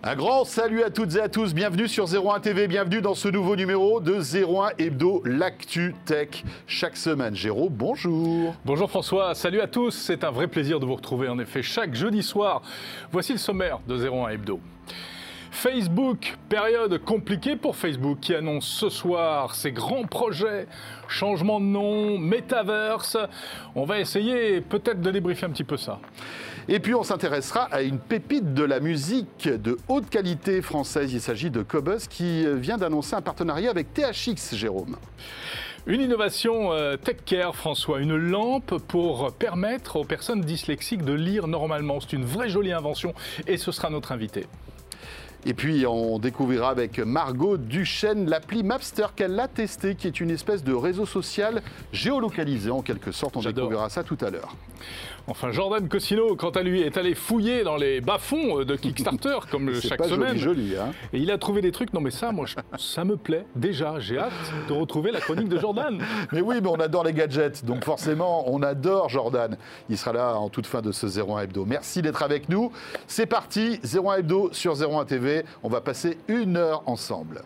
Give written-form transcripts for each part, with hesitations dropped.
Un grand salut à toutes et à tous, bienvenue sur 01 TV, bienvenue dans ce nouveau numéro de 01 Hebdo, l'actu tech. Chaque semaine, Jérôme, bonjour. Bonjour François, salut à tous, c'est un vrai plaisir de vous retrouver en effet chaque jeudi soir. Voici le sommaire de 01 Hebdo. Facebook, période compliquée pour Facebook qui annonce ce soir ses grands projets, changement de nom, Metaverse. On va essayer peut-être de débriefer un petit peu ça. Et puis on s'intéressera à une pépite de la musique de haute qualité française. Il s'agit de Qobuz qui vient d'annoncer un partenariat avec THX, Jérôme. Une innovation Tech Care, François, une lampe pour permettre aux personnes dyslexiques de lire normalement. C'est une vraie jolie invention et ce sera notre invité. Et puis on découvrira avec Margot Duchesne l'appli Mapster qu'elle a testé, qui est une espèce de réseau social géolocalisé en quelque sorte. On découvrira ça tout à l'heure. Enfin, Jordan Cosino, quant à lui, est allé fouiller dans les bas-fonds de Kickstarter, comme chaque semaine. C'est joli, hein. Et il a trouvé des trucs, non mais ça, moi, ça me plaît. Déjà, j'ai hâte de retrouver la chronique de Jordan. Mais oui, mais on adore les gadgets, donc forcément, on adore Jordan. Il sera là en toute fin de ce 01 Hebdo. Merci d'être avec nous. C'est parti, 01 Hebdo sur 01 TV. On va passer 1 heure ensemble.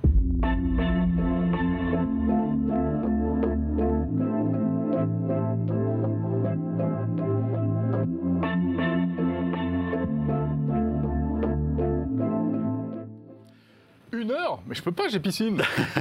Mais je peux pas, j'ai piscine.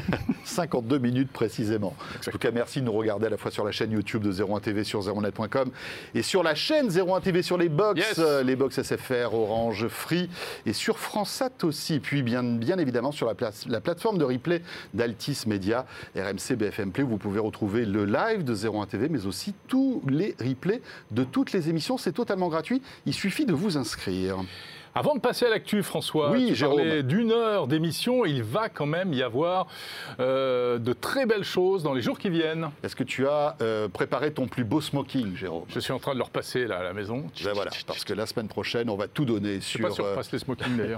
52 minutes précisément. En tout cas, merci de nous regarder à la fois sur la chaîne YouTube de 01 TV sur 01net.com et sur la chaîne 01 TV sur les box, les box SFR, Orange, Free et sur FranceSat aussi. Puis bien évidemment sur la plateforme de replay d'Altis Media, RMC BFM Play, où vous pouvez retrouver le live de 01 TV, mais aussi tous les replays de toutes les émissions. C'est totalement gratuit. Il suffit de vous inscrire. Avant de passer à l'actu, François, oui, tu parlais d'1 heure d'émission. Il va quand même y avoir de très belles choses dans les jours qui viennent. Est-ce que tu as préparé ton plus beau smoking, Jérôme? Je suis en train de le repasser là, à la maison. Ben voilà, parce que la semaine prochaine, on va tout donner sur... Je ne sais pas si on repasse les smokings d'ailleurs.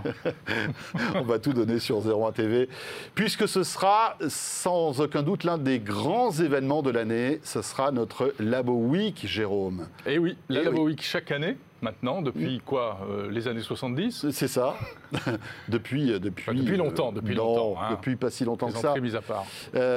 On va tout donner sur 01 TV, puisque ce sera sans aucun doute l'un des grands événements de l'année. Ce sera notre Labo Week, Jérôme. Et oui, la Labo Week chaque année. Maintenant, depuis quoi les années 70? C'est ça. depuis longtemps. Hein. Depuis pas si longtemps que ça. Mis à part.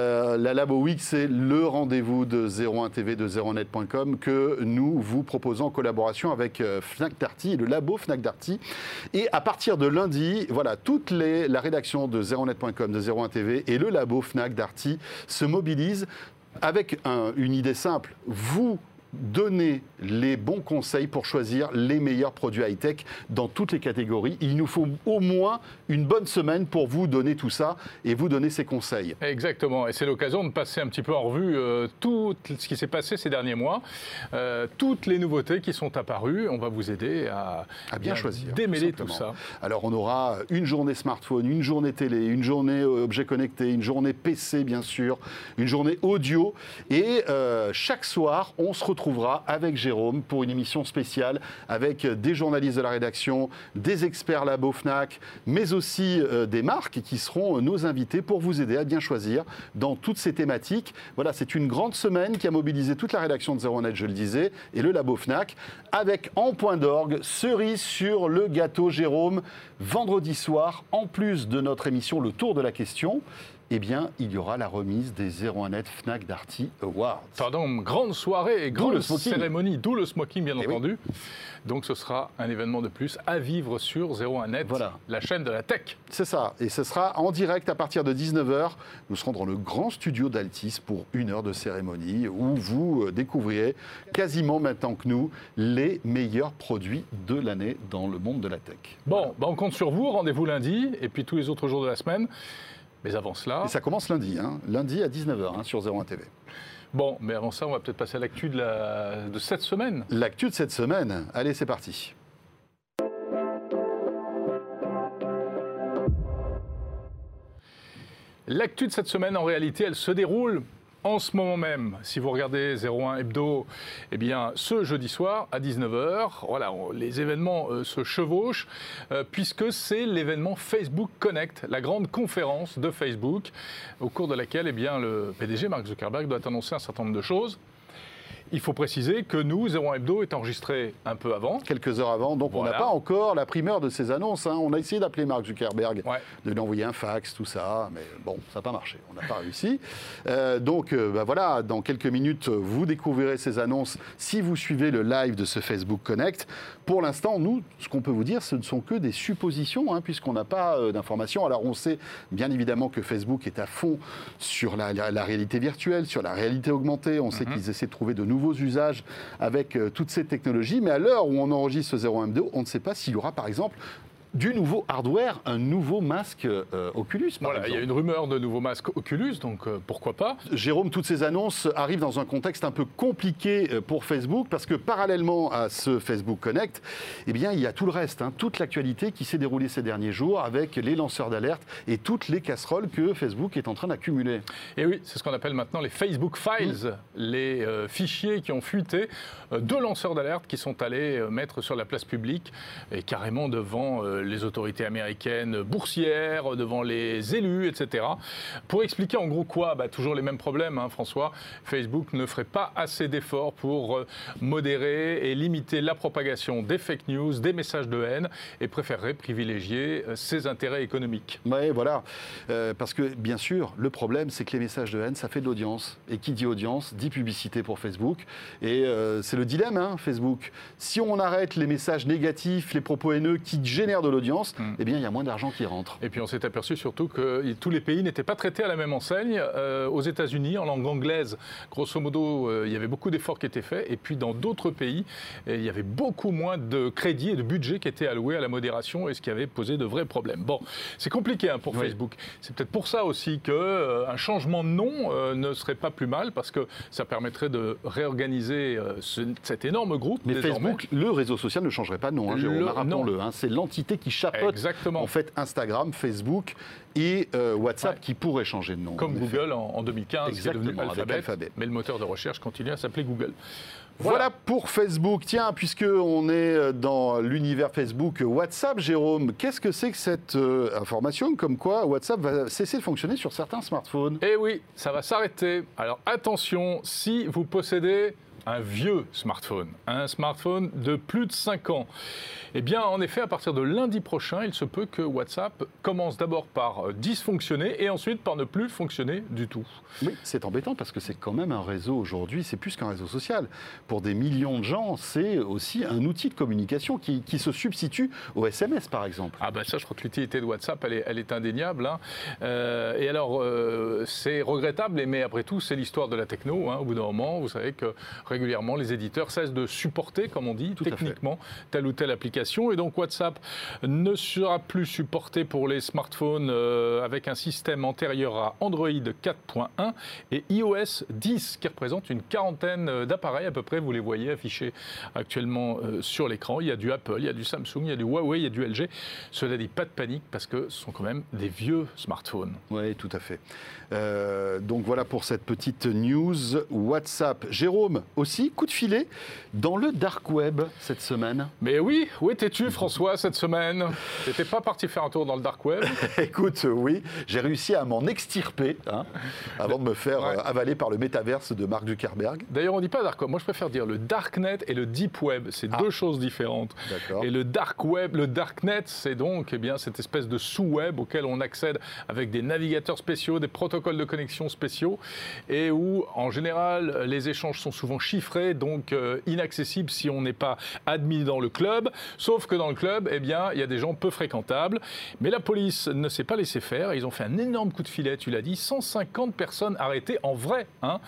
La Labo Week, c'est le rendez-vous de 01 TV, de 01net.com que nous vous proposons en collaboration avec Fnac Darty, le labo Fnac Darty. Et à partir de lundi, voilà, la rédaction de 01net.com, de 01 TV et le labo Fnac Darty se mobilisent avec une idée simple. Vous donner les bons conseils pour choisir les meilleurs produits high-tech dans toutes les catégories. Il nous faut au moins une bonne semaine pour vous donner tout ça et vous donner ces conseils. Exactement. Et c'est l'occasion de passer un petit peu en revue tout ce qui s'est passé ces derniers mois, toutes les nouveautés qui sont apparues. On va vous aider à bien choisir, démêler tout ça. Alors on aura une journée smartphone, une journée télé, une journée objet connecté, une journée PC bien sûr, une journée audio et chaque soir on se retrouvera avec Jérôme pour une émission spéciale avec des journalistes de la rédaction, des experts labo Fnac, mais aussi des marques qui seront nos invités pour vous aider à bien choisir dans toutes ces thématiques. Voilà, c'est une grande semaine qui a mobilisé toute la rédaction de 01net, je le disais, et le labo Fnac, avec en point d'orgue, cerise sur le gâteau, Jérôme, vendredi soir, en plus de notre émission Le Tour de la question, eh bien, il y aura la remise des 01net Fnac Darty Awards. Pardon, grande soirée et grande cérémonie, d'où le smoking, bien entendu. Oui. Donc, ce sera un événement de plus à vivre sur 01net, voilà, la chaîne de la tech. C'est ça, et ce sera en direct à partir de 19h. Nous serons dans le grand studio d'Altis pour 1 heure de cérémonie où vous découvrirez quasiment maintenant que nous les meilleurs produits de l'année dans le monde de la tech. Bon, on compte sur vous, rendez-vous lundi et puis tous les autres jours de la semaine. Mais avant cela... Et ça commence lundi, lundi à 19h sur 01 TV. Bon, mais avant ça, on va peut-être passer à l'actu de cette semaine. L'actu de cette semaine. Allez, c'est parti. L'actu de cette semaine, en réalité, elle se déroule en ce moment même. Si vous regardez 01 Hebdo, eh bien, ce jeudi soir à 19h, voilà, les événements se chevauchent puisque c'est l'événement Facebook Connect, la grande conférence de Facebook, au cours de laquelle eh bien, le PDG Mark Zuckerberg doit annoncer un certain nombre de choses. Il faut préciser que nous, 01 Hebdo est enregistré un peu avant. Quelques heures avant, donc Voilà. on n'a pas encore la primeur de ces annonces. On a essayé d'appeler Mark Zuckerberg, Ouais. de lui envoyer un fax, tout ça, mais bon, ça n'a pas marché, on n'a pas réussi. Voilà, dans quelques minutes, vous découvrirez ces annonces si vous suivez le live de ce Facebook Connect. Pour l'instant, nous, ce qu'on peut vous dire, ce ne sont que des suppositions, puisqu'on n'a pas d'informations. Alors on sait bien évidemment que Facebook est à fond sur la réalité virtuelle, sur la réalité augmentée. On sait qu'ils essaient de trouver de nouveaux usages avec toutes ces technologies. Mais à l'heure où on enregistre ce 01 Hebdo, on ne sait pas s'il y aura par exemple du nouveau hardware, un nouveau masque Oculus, par Voilà, il y a exemple. une rumeur de nouveaux masques Oculus, donc pourquoi pas. Jérôme, toutes ces annonces arrivent dans un contexte un peu compliqué pour Facebook, parce que parallèlement à ce Facebook Connect, eh bien, il y a tout le reste, toute l'actualité qui s'est déroulée ces derniers jours avec les lanceurs d'alerte et toutes les casseroles que Facebook est en train d'accumuler. Et oui, c'est ce qu'on appelle maintenant les Facebook Files, les fichiers qui ont fuité de lanceurs d'alerte qui sont allés mettre sur la place publique et carrément devant les autorités américaines boursières, devant les élus, etc. Pour expliquer en gros quoi, toujours les mêmes problèmes, François. Facebook ne ferait pas assez d'efforts pour modérer et limiter la propagation des fake news, des messages de haine, et préférerait privilégier ses intérêts économiques. Oui, voilà. Parce que, bien sûr, le problème, c'est que les messages de haine, ça fait de l'audience. Et qui dit audience, dit publicité pour Facebook. Et c'est le dilemme, Facebook. Si on arrête les messages négatifs, les propos haineux qui génèrent de l'audience, eh bien, il y a moins d'argent qui rentre. Et puis, on s'est aperçu surtout que tous les pays n'étaient pas traités à la même enseigne. Aux États-Unis, en langue anglaise, grosso modo, il y avait beaucoup d'efforts qui étaient faits. Et puis, dans d'autres pays, il y avait beaucoup moins de crédits et de budget qui étaient alloués à la modération, et ce qui avait posé de vrais problèmes. Bon, c'est compliqué pour Facebook. C'est peut-être pour ça aussi qu'un changement de nom ne serait pas plus mal, parce que ça permettrait de réorganiser cet énorme groupe. Mais désormais. Facebook, le réseau social ne changerait pas de nom, Jérôme, rappelons-le. C'est l'entité qui chapeaute en fait Instagram, Facebook et WhatsApp qui pourrait changer de nom. Comme Google en 2015, qui est devenu Alphabet, mais le moteur de recherche continue à s'appeler Google. Voilà pour Facebook. Tiens, puisqu'on est dans l'univers Facebook, WhatsApp, Jérôme, qu'est-ce que c'est que cette information comme quoi WhatsApp va cesser de fonctionner sur certains smartphones? Eh oui, ça va s'arrêter. Alors attention, si vous possédez un vieux smartphone, un smartphone de plus de 5 ans, eh bien, en effet, à partir de lundi prochain, il se peut que WhatsApp commence d'abord par dysfonctionner et ensuite par ne plus fonctionner du tout. Oui, c'est embêtant parce que c'est quand même un réseau aujourd'hui, c'est plus qu'un réseau social. Pour des millions de gens, c'est aussi un outil de communication qui se substitue au SMS, par exemple. Ah ça, je crois que l'utilité de WhatsApp, elle est indéniable. Et alors, c'est regrettable, mais après tout, c'est l'histoire de la techno. Au bout d'un moment, vous savez que régulièrement, les éditeurs cessent de supporter, comme on dit, techniquement, telle ou telle application. Et donc WhatsApp ne sera plus supporté pour les smartphones avec un système antérieur à Android 4.1 et iOS 10, qui représente une quarantaine d'appareils à peu près. Vous les voyez affichés actuellement sur l'écran. Il y a du Apple, il y a du Samsung, il y a du Huawei, il y a du LG. Cela dit, pas de panique parce que ce sont quand même des vieux smartphones. Oui, tout à fait. Donc voilà pour cette petite news WhatsApp. Jérôme, aussi, coup de filet dans le dark web cette semaine. Mais oui, où étais-tu François cette semaine? Tu n'étais pas parti faire un tour dans le dark web? Écoute, oui, j'ai réussi à m'en extirper avant de me faire avaler par le métaverse de Mark Zuckerberg. D'ailleurs, on ne dit pas dark web. Moi, je préfère dire le darknet et le deep web. C'est deux choses différentes. D'accord. Et le dark web, le darknet, c'est donc cette espèce de sous-web auquel on accède avec des navigateurs spéciaux, des protocoles de connexion spéciaux, et où, en général, les échanges sont souvent chiffrés, donc inaccessibles si on n'est pas admis dans le club. Sauf que dans le club, il y a des gens peu fréquentables. Mais la police ne s'est pas laissé faire. Ils ont fait un énorme coup de filet, tu l'as dit. 150 personnes arrêtées en vrai.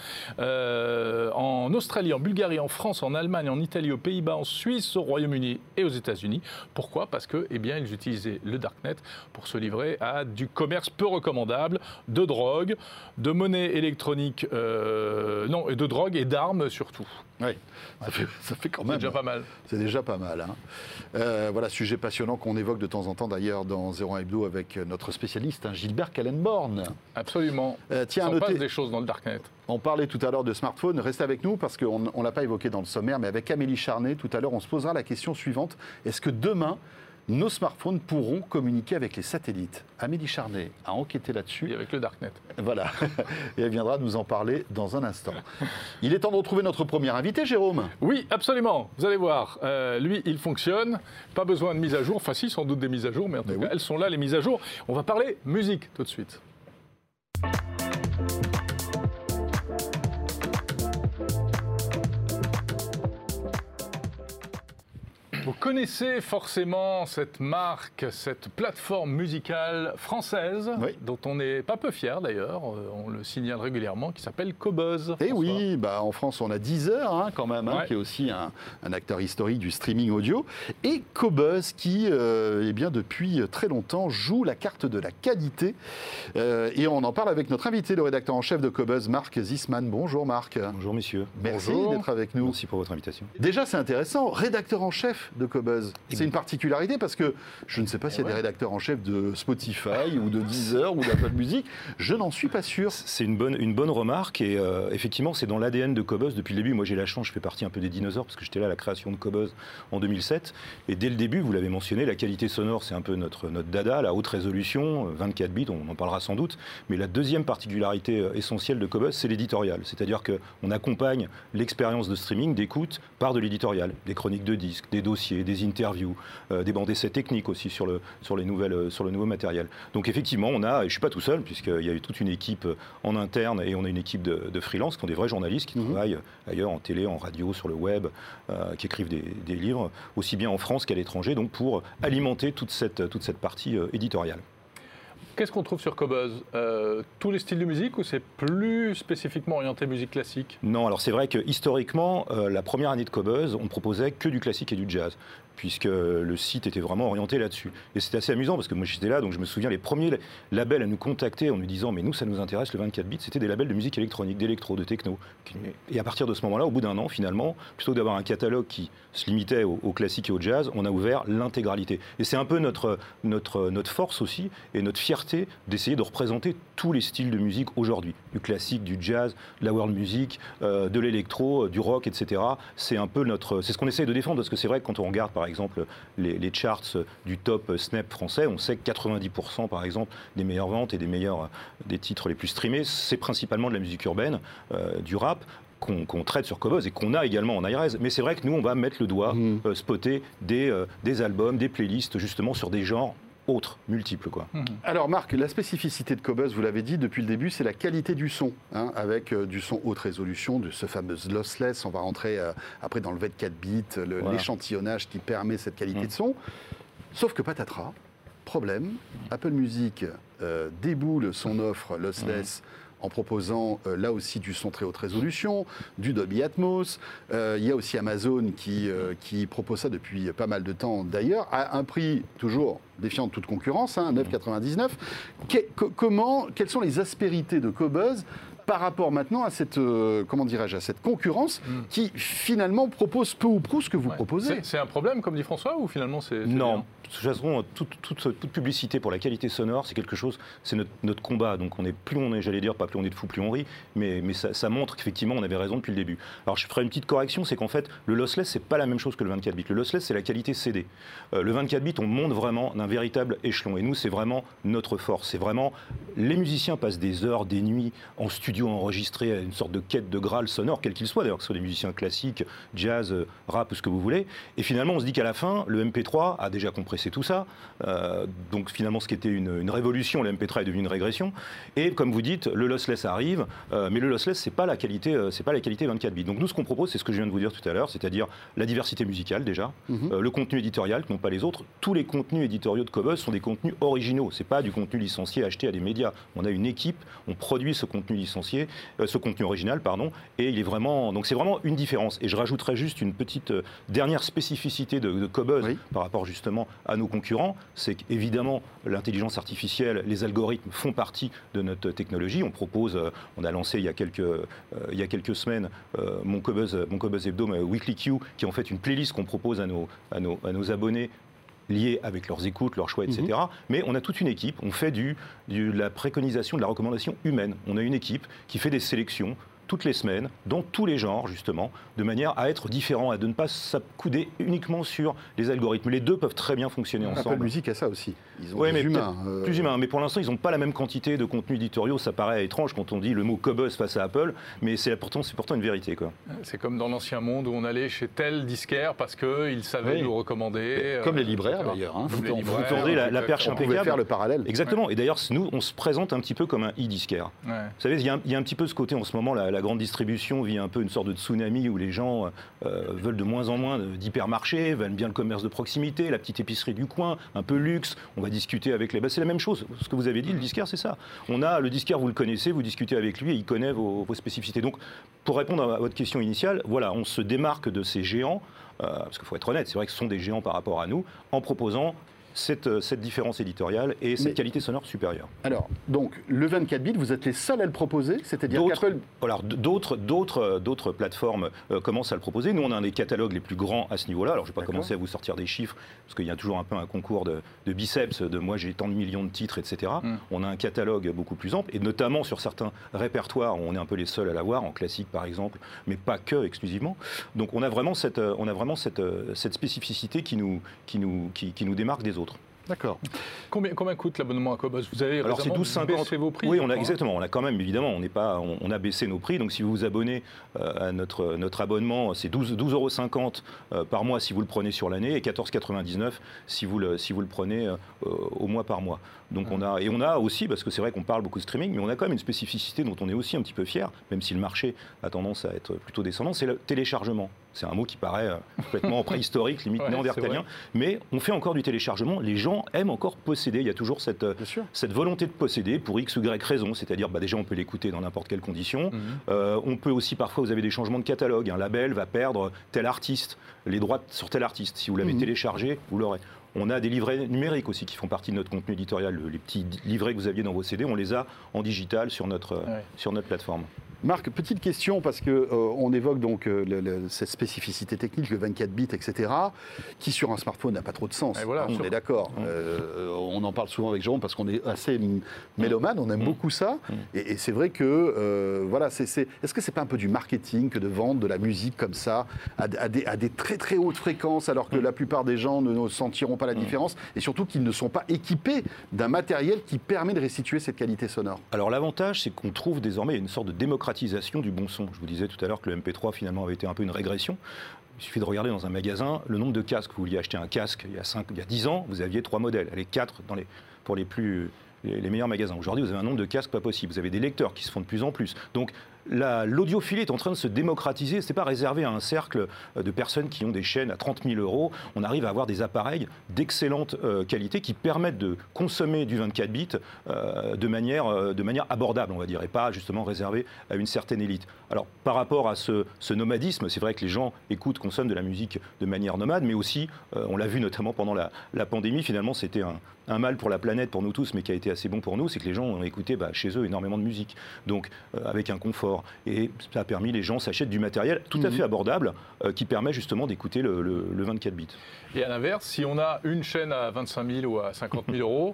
En Australie, en Bulgarie, en France, en Allemagne, en Italie, aux Pays-Bas, en Suisse, au Royaume-Uni et aux États-Unis. Pourquoi? Parce que, ils utilisaient le darknet pour se livrer à du commerce peu recommandable, de drogue, de monnaie électronique, et de drogue et d'armes surtout. Oui, ça fait quand même. C'est déjà pas mal. C'est déjà pas mal. Voilà, sujet passionnant qu'on évoque de temps en temps d'ailleurs dans 01 Hebdo avec notre spécialiste, Gilbert Kallenborn. Absolument. Tiens, on passe des choses dans le darknet. On parlait tout à l'heure de smartphone. Restez avec nous parce qu'on ne l'a pas évoqué dans le sommaire, mais avec Amélie Charnet, tout à l'heure, on se posera la question suivante. Est-ce que demain, nos smartphones pourront communiquer avec les satellites. Amélie Charnet a enquêté là-dessus. Et avec le Darknet. Voilà, et elle viendra nous en parler dans un instant. Il est temps de retrouver notre premier invité, Jérôme. Oui, absolument. Vous allez voir, lui, il fonctionne. Pas besoin de mise à jour. Enfin, si, sans doute des mises à jour, mais en tout cas, elles sont là, les mises à jour. On va parler musique tout de suite. Vous connaissez forcément cette marque, cette plateforme musicale française, dont on n'est pas peu fier d'ailleurs, on le signale régulièrement, qui s'appelle Qobuz. Et oui, bah, en France on a Deezer quand même, qui est aussi un acteur historique du streaming audio, et Qobuz qui, eh bien, depuis très longtemps, joue la carte de la qualité. Et on en parle avec notre invité, le rédacteur en chef de Qobuz, Marc Zisman. Bonjour Marc. Bonjour messieurs. Merci d'être avec nous. Merci pour votre invitation. Déjà c'est intéressant, rédacteur en chef de Qobuz. C'est une particularité parce que je ne sais pas s'il y a des rédacteurs en chef de Spotify ou de Deezer ou d'Apple Music. Je n'en suis pas sûr. C'est une bonne remarque et effectivement c'est dans l'ADN de Qobuz depuis le début. Moi j'ai la chance, je fais partie un peu des dinosaures parce que j'étais là à la création de Qobuz en 2007. Et dès le début, vous l'avez mentionné, la qualité sonore c'est un peu notre dada, la haute résolution, 24 bits, on en parlera sans doute. Mais la deuxième particularité essentielle de Qobuz, c'est l'éditorial. C'est-à-dire qu'on accompagne l'expérience de streaming, d'écoute par de l'éditorial, des chroniques de disques, des dossiers, des interviews, des bandes d'essais techniques aussi sur le nouveau matériel. Donc effectivement, on a, et je ne suis pas tout seul, puisqu'il y a eu toute une équipe en interne et on a une équipe de freelance qui sont des vrais journalistes qui travaillent ailleurs en télé, en radio, sur le web, qui écrivent des livres, aussi bien en France qu'à l'étranger, donc pour alimenter toute cette partie éditoriale. Qu'est-ce qu'on trouve sur Qobuz? Tous les styles de musique ou c'est plus spécifiquement orienté musique classique? Non, alors c'est vrai que historiquement, la première année de Qobuz, on proposait que du classique et du jazz, puisque le site était vraiment orienté là-dessus. Et c'était assez amusant parce que moi j'étais là, donc je me souviens les premiers labels à nous contacter en nous disant mais nous ça nous intéresse le 24 bits, c'était des labels de musique électronique, d'électro, de techno. Et à partir de ce moment-là, au bout d'un an finalement, plutôt que d'avoir un catalogue qui se limitait au classique et au jazz, on a ouvert l'intégralité. Et c'est un peu notre force aussi et notre fierté d'essayer de représenter tous les styles de musique aujourd'hui, du classique, du jazz, de la world music, de l'électro, du rock, etc. C'est un peu c'est ce qu'on essaye de défendre parce que c'est vrai que quand on regarde par exemple les charts du top Snap français, on sait que 90% par exemple des meilleures ventes et des titres les plus streamés, c'est principalement de la musique urbaine, du rap qu'on traite sur Qobuz et qu'on a également en iRes. Mais c'est vrai que nous, on va mettre le doigt, spotter des albums, des playlists justement sur des genres autres, multiples, quoi. Alors Marc, la spécificité de Qobuz, vous l'avez dit depuis le début, c'est la qualité du son, avec du son haute résolution, de ce fameux lossless. On va rentrer après dans le 24 bits, l'échantillonnage qui permet cette qualité de son. Sauf que patatras, problème, Apple Music déboule son offre lossless en proposant là aussi du son très haute résolution, du Dolby Atmos. Il y a aussi Amazon qui propose ça depuis pas mal de temps d'ailleurs, à un prix toujours défiant de toute concurrence, 9,99. Quelles sont les aspérités de Qobuz par rapport maintenant à cette, à cette concurrence qui finalement propose peu ou prou ce que vous proposez? C'est un problème, comme dit François, ou finalement c'est non. bien? De toute façon, toute publicité pour la qualité sonore, c'est quelque chose, c'est notre combat. Donc plus on est, j'allais dire, pas plus on est de fou, plus on rit, mais ça montre qu'effectivement on avait raison depuis le début. Alors je ferai une petite correction, c'est qu'en fait le lossless c'est pas la même chose que le 24 bits. Le lossless c'est la qualité CD. Le 24 bits on monte vraiment d'un véritable échelon et nous c'est vraiment notre force. C'est vraiment les musiciens passent des heures, des nuits en studio enregistrés à une sorte de quête de Graal sonore, quel qu'il soit d'ailleurs, que ce soit des musiciens classiques, jazz, rap ou ce que vous voulez. Et finalement on se dit qu'à la fin le MP3 a déjà compressé tout ça. Donc finalement, ce qui était une révolution, le MP3 est devenu une régression. Et comme vous dites, le lossless arrive, mais le lossless, c'est pas la qualité 24 bits. Donc nous, ce qu'on propose, c'est ce que je viens de vous dire tout à l'heure, c'est-à-dire la diversité musicale déjà, le contenu éditorial, que n'ont pas les autres. Tous les contenus éditoriaux de Qobuz sont des contenus originaux. C'est pas du contenu licencié acheté à des médias. On a une équipe, on produit ce contenu licencié, ce contenu original, pardon, et il est vraiment. Donc c'est vraiment une différence. Et je rajouterais juste une petite dernière spécificité de Qobuz par rapport justement à nos concurrents, c'est qu'évidemment l'intelligence artificielle, les algorithmes font partie de notre technologie. On a lancé il y a quelques semaines mon Qobuz Hebdo, Weekly Q, qui est en fait une playlist qu'on propose à nos abonnés liés avec leurs écoutes, leurs choix, etc. Mais on a toute une équipe, on fait de la préconisation, de la recommandation humaine. On a une équipe qui fait des sélections toutes les semaines, dans tous les genres, justement, de manière à être différent, à ne pas s'accouder uniquement sur les algorithmes. Les deux peuvent très bien fonctionner ensemble. Apple Music a ça aussi. Ils ont ouais, des humains. Plus humains, mais pour l'instant, ils n'ont pas la même quantité de contenus éditoriaux. Ça paraît étrange quand on dit le mot Cobuzz face à Apple, mais c'est pourtant une vérité, quoi. C'est comme dans l'ancien monde où on allait chez tel disquaire parce qu'il savait nous recommander. Comme les libraires, d'ailleurs. Hein. Vous tendez la perche on impeccable. pouvait faire le parallèle. Exactement. Et d'ailleurs, nous, on se présente un petit peu comme un e-disquaire. Ouais. Vous savez, il y a un petit peu ce côté en ce moment, la grande distribution vit un peu une sorte de tsunami où les gens veulent de moins en moins d'hypermarchés, veulent bien le commerce de proximité, la petite épicerie du coin, un peu luxe. On va discuter avec les... c'est la même chose. Ce que vous avez dit, le disquaire, c'est ça. On a le disquaire, vous le connaissez, vous discutez avec lui et il connaît vos spécificités. Donc, pour répondre à votre question initiale, voilà, on se démarque de ces géants, parce qu'il faut être honnête, c'est vrai que ce sont des géants par rapport à nous, en proposant cette différence éditoriale et cette qualité sonore supérieure. Alors, donc, le 24 bits, vous êtes les seuls à le proposer, c'est-à-dire qu'Apple... Alors, d'autres plateformes commencent à le proposer. Nous, on a un des catalogues les plus grands à ce niveau-là. Alors, je ne vais pas commencer à vous sortir des chiffres, parce qu'il y a toujours un peu un concours de biceps, de moi j'ai tant de millions de titres, etc. On a un catalogue beaucoup plus ample, et notamment sur certains répertoires, on est un peu les seuls à l'avoir, en classique par exemple, mais pas que exclusivement. Donc, on a vraiment cette spécificité qui nous démarque des autres. D'accord. Combien coûte l'abonnement à Cobuzz? Vous avez alors c'est 12,50 baissé vos prix? Oui, exactement. On a quand même, évidemment, on a baissé nos prix. Donc si vous vous abonnez à notre abonnement, c'est 12,50 € par mois si vous le prenez sur l'année et 14,99 € si vous le prenez au mois par mois. Donc on a aussi, parce que c'est vrai qu'on parle beaucoup de streaming, mais on a quand même une spécificité dont on est aussi un petit peu fier, même si le marché a tendance à être plutôt descendant, c'est le téléchargement. C'est un mot qui paraît complètement préhistorique, limite néandertalien, mais on fait encore du téléchargement. Les gens aiment encore posséder. Il y a toujours cette volonté de posséder pour X ou Y raison. C'est-à-dire, déjà, on peut l'écouter dans n'importe quelle condition. On peut aussi, parfois, vous avez des changements de catalogue. Un label va perdre tel artiste, les droits sur tel artiste. Si vous l'avez téléchargé, vous l'aurez. On a des livrets numériques aussi qui font partie de notre contenu éditorial. Les petits livrets que vous aviez dans vos CD, on les a en digital sur notre plateforme. Marc, petite question, parce qu'on évoque donc cette spécificité technique, le 24 bits, etc., qui sur un smartphone n'a pas trop de sens. Voilà, on est d'accord. On en parle souvent avec Jérôme parce qu'on est assez mélomane, on aime beaucoup ça. Et c'est vrai que, voilà, est-ce que c'est pas un peu du marketing que de vendre de la musique comme ça à des très très hautes fréquences, alors que la plupart des gens ne sentiront pas la différence, et surtout qu'ils ne sont pas équipés d'un matériel qui permet de restituer cette qualité sonore? Alors l'avantage, c'est qu'on trouve désormais une sorte de démocratisation du bon son. Je vous disais tout à l'heure que le MP3 finalement avait été un peu une régression. Il suffit de regarder dans un magasin le nombre de casques. Vous vouliez acheter un casque il y a 10 ans, vous aviez 3 modèles, allez 4 pour les meilleurs magasins. Aujourd'hui, vous avez un nombre de casques pas possible. Vous avez des lecteurs qui se font de plus en plus. Donc l'audiophilie est en train de se démocratiser. Ce n'est pas réservé à un cercle de personnes qui ont des chaînes à 30 000 €. On arrive à avoir des appareils d'excellente qualité qui permettent de consommer du 24 bits de manière abordable, on va dire, et pas justement réservé à une certaine élite. Alors, par rapport à ce nomadisme, c'est vrai que les gens consomment de la musique de manière nomade, mais aussi, on l'a vu notamment pendant la pandémie, finalement, c'était un mal pour la planète, pour nous tous, mais qui a été assez bon pour nous, c'est que les gens ont écouté chez eux énormément de musique, donc avec un confort. Et ça a permis, les gens s'achètent du matériel tout à fait abordable qui permet justement d'écouter le 24 bits. Et à l'inverse, si on a une chaîne à 25 000 ou à 50 000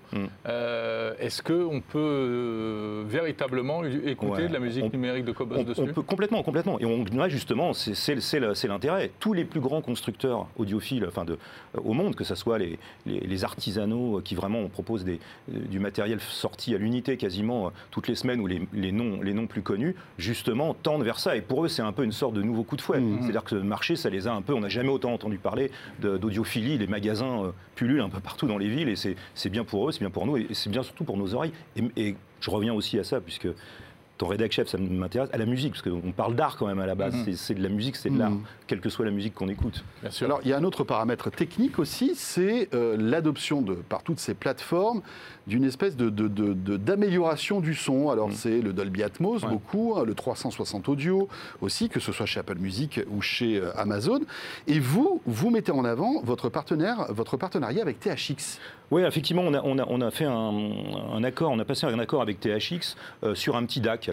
€, est-ce qu'on peut véritablement écouter de la musique numérique de Cobuzz dessus? On peut complètement. Et on justement, c'est l'intérêt. Tous les plus grands constructeurs audiophiles au monde, que ce soit les artisanaux qui vraiment proposent du matériel sorti à l'unité quasiment toutes les semaines, ou les noms plus connus, justement tendent vers ça. Et pour eux, c'est un peu une sorte de nouveau coup de fouet. C'est-à-dire que ce marché, ça les a un peu... On n'a jamais autant entendu parler d'audiophilie. Les magasins pullulent un peu partout dans les villes, et c'est bien pour eux, c'est bien pour nous, et c'est bien surtout pour nos oreilles. Et je reviens aussi à ça, puisque ton rédac chef, ça m'intéresse, à la musique, parce qu'on parle d'art quand même à la base. C'est de la musique, c'est de l'art, quelle que soit la musique qu'on écoute. Bien sûr. Alors, il y a un autre paramètre technique aussi, c'est l'adoption par toutes ces plateformes d'une espèce d'amélioration du son. Alors, c'est le Dolby Atmos, beaucoup, le 360 audio aussi, que ce soit chez Apple Music ou chez Amazon. Et vous mettez en avant votre partenariat avec THX. Oui, effectivement, on a fait un accord, on a passé un accord avec THX sur un petit DAC. Alors,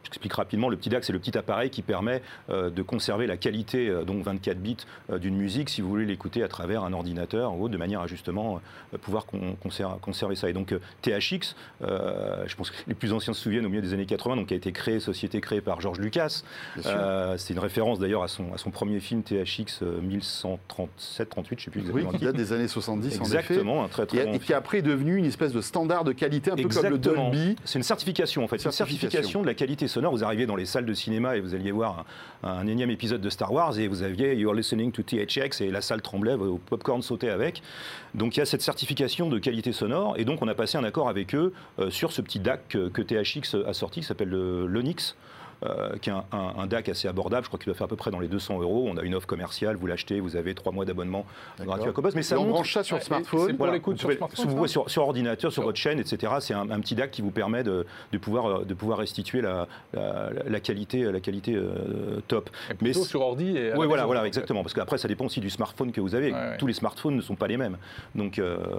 J'explique rapidement, le petit DAC, c'est le petit appareil qui permet de conserver la qualité, donc 24 bits d'une musique, si vous voulez l'écouter à travers un ordinateur, en gros, de manière à justement pouvoir conserver ça. Et donc THX, je pense que les plus anciens se souviennent, au milieu des années 80, donc qui a été société créée par George Lucas. C'est une référence d'ailleurs à son premier film THX 1137, 38, je ne sais plus exactement. Oui, qui date des années 70, exactement, en effet. Un très, très et qui après est devenu une espèce de standard de qualité, un peu comme le Dolby. C'est une certification en fait, une certification de la qualité sonore. Vous arriviez dans les salles de cinéma et vous alliez voir un énième épisode de Star Wars et vous aviez You're listening to THX et la salle tremblait, vos popcorn sautaient avec. Donc il y a cette certification de qualité sonore et donc on a passé un accord avec eux sur ce petit DAC que THX a sorti qui s'appelle l'Onyx. Qui est un DAC assez abordable, je crois qu'il doit faire à peu près dans les 200 €. On a une offre commerciale, vous l'achetez, vous avez 3 mois d'abonnement gratuit à Cobuzz. Mais ça, on branche ça sur smartphone. C'est pour l'écoute sur smartphone. Sur ordinateur, sur votre chaîne, etc. C'est un petit DAC qui vous permet de pouvoir restituer la qualité top. Et plutôt sur ordi et oui, voilà, exactement. Parce qu'après, ça dépend aussi du smartphone que vous avez. Tous les smartphones ne sont pas les mêmes. Donc,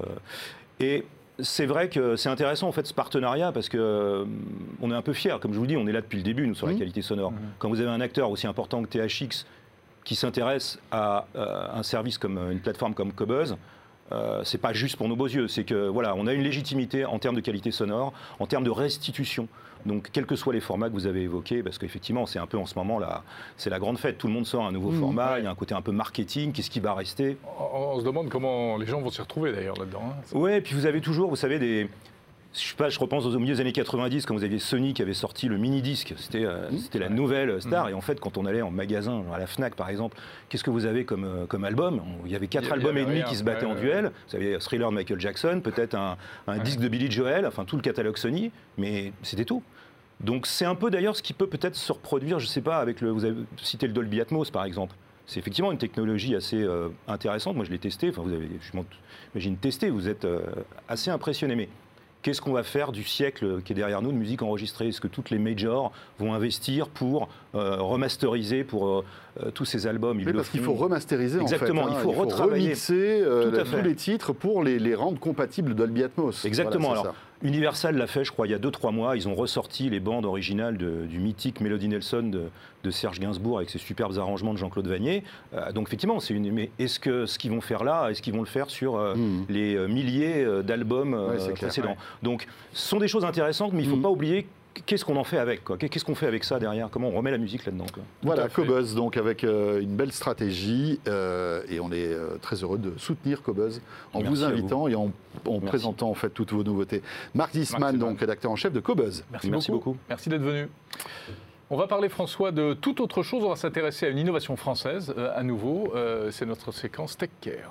c'est vrai que c'est intéressant en fait ce partenariat parce que on est un peu fiers, comme je vous dis, on est là depuis le début nous sur la qualité sonore. Quand vous avez un acteur aussi important que THX qui s'intéresse à un service comme une plateforme comme Cobuzz, c'est pas juste pour nos beaux yeux, c'est que voilà, on a une légitimité en termes de qualité sonore, en termes de restitution. Donc, quels que soient les formats que vous avez évoqués, parce qu'effectivement, c'est un peu en ce moment là, c'est la grande fête. Tout le monde sort un nouveau format. Il y a un côté un peu marketing. Qu'est-ce qui va rester ? On se demande comment les gens vont s'y retrouver d'ailleurs là-dedans. Oui, et puis vous avez toujours, vous savez, je repense au milieu des années 90, quand vous aviez Sony qui avait sorti le mini-disque. C'était la nouvelle star. Et en fait, quand on allait en magasin, à la Fnac par exemple, qu'est-ce que vous avez comme album ? Il y avait 4 albums et demi qui se battaient en duel. Vous aviez Thriller de Michael Jackson, peut-être un disque de Billy Joel, enfin tout le catalogue Sony, mais c'était tout. Donc c'est un peu d'ailleurs ce qui peut peut-être se reproduire, je ne sais pas, vous avez cité le Dolby Atmos par exemple. C'est effectivement une technologie assez intéressante. Moi je l'ai testé, j'imagine testé, vous êtes assez impressionné. Mais qu'est-ce qu'on va faire du siècle qui est derrière nous de musique enregistrée ? Est-ce que toutes les majors vont investir pour remasteriser pour tous ces albums ? Parce qu'il faut remasteriser exactement, en fait. Il faut retravailler. Remixer tous les titres pour les rendre compatibles Dolby Atmos. Exactement. Voilà, alors, Universal l'a fait, je crois, il y a 2-3 mois. Ils ont ressorti les bandes originales du mythique Melody Nelson de Serge Gainsbourg avec ses superbes arrangements de Jean-Claude Vannier. Donc effectivement, mais est-ce que ce qu'ils vont faire là, est-ce qu'ils vont le faire sur les milliers d'albums précédents ? Donc ce sont des choses intéressantes, mais il ne faut pas oublier qu'est-ce qu'on en fait avec, quoi ? Qu'est-ce qu'on fait avec ça derrière ? Comment on remet la musique là-dedans, quoi ? Voilà, Cobuzz, donc avec une belle stratégie, et on est très heureux de soutenir Cobuzz en vous invitant et en présentant en fait toutes vos nouveautés. Marc Diesmann, donc rédacteur en chef de Cobuzz. Merci beaucoup. Merci d'être venu. On va parler, François, de toute autre chose. On va s'intéresser à une innovation française à nouveau. C'est notre séquence Tech Care.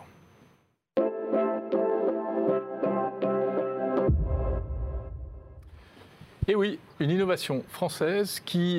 Et oui, une innovation française qui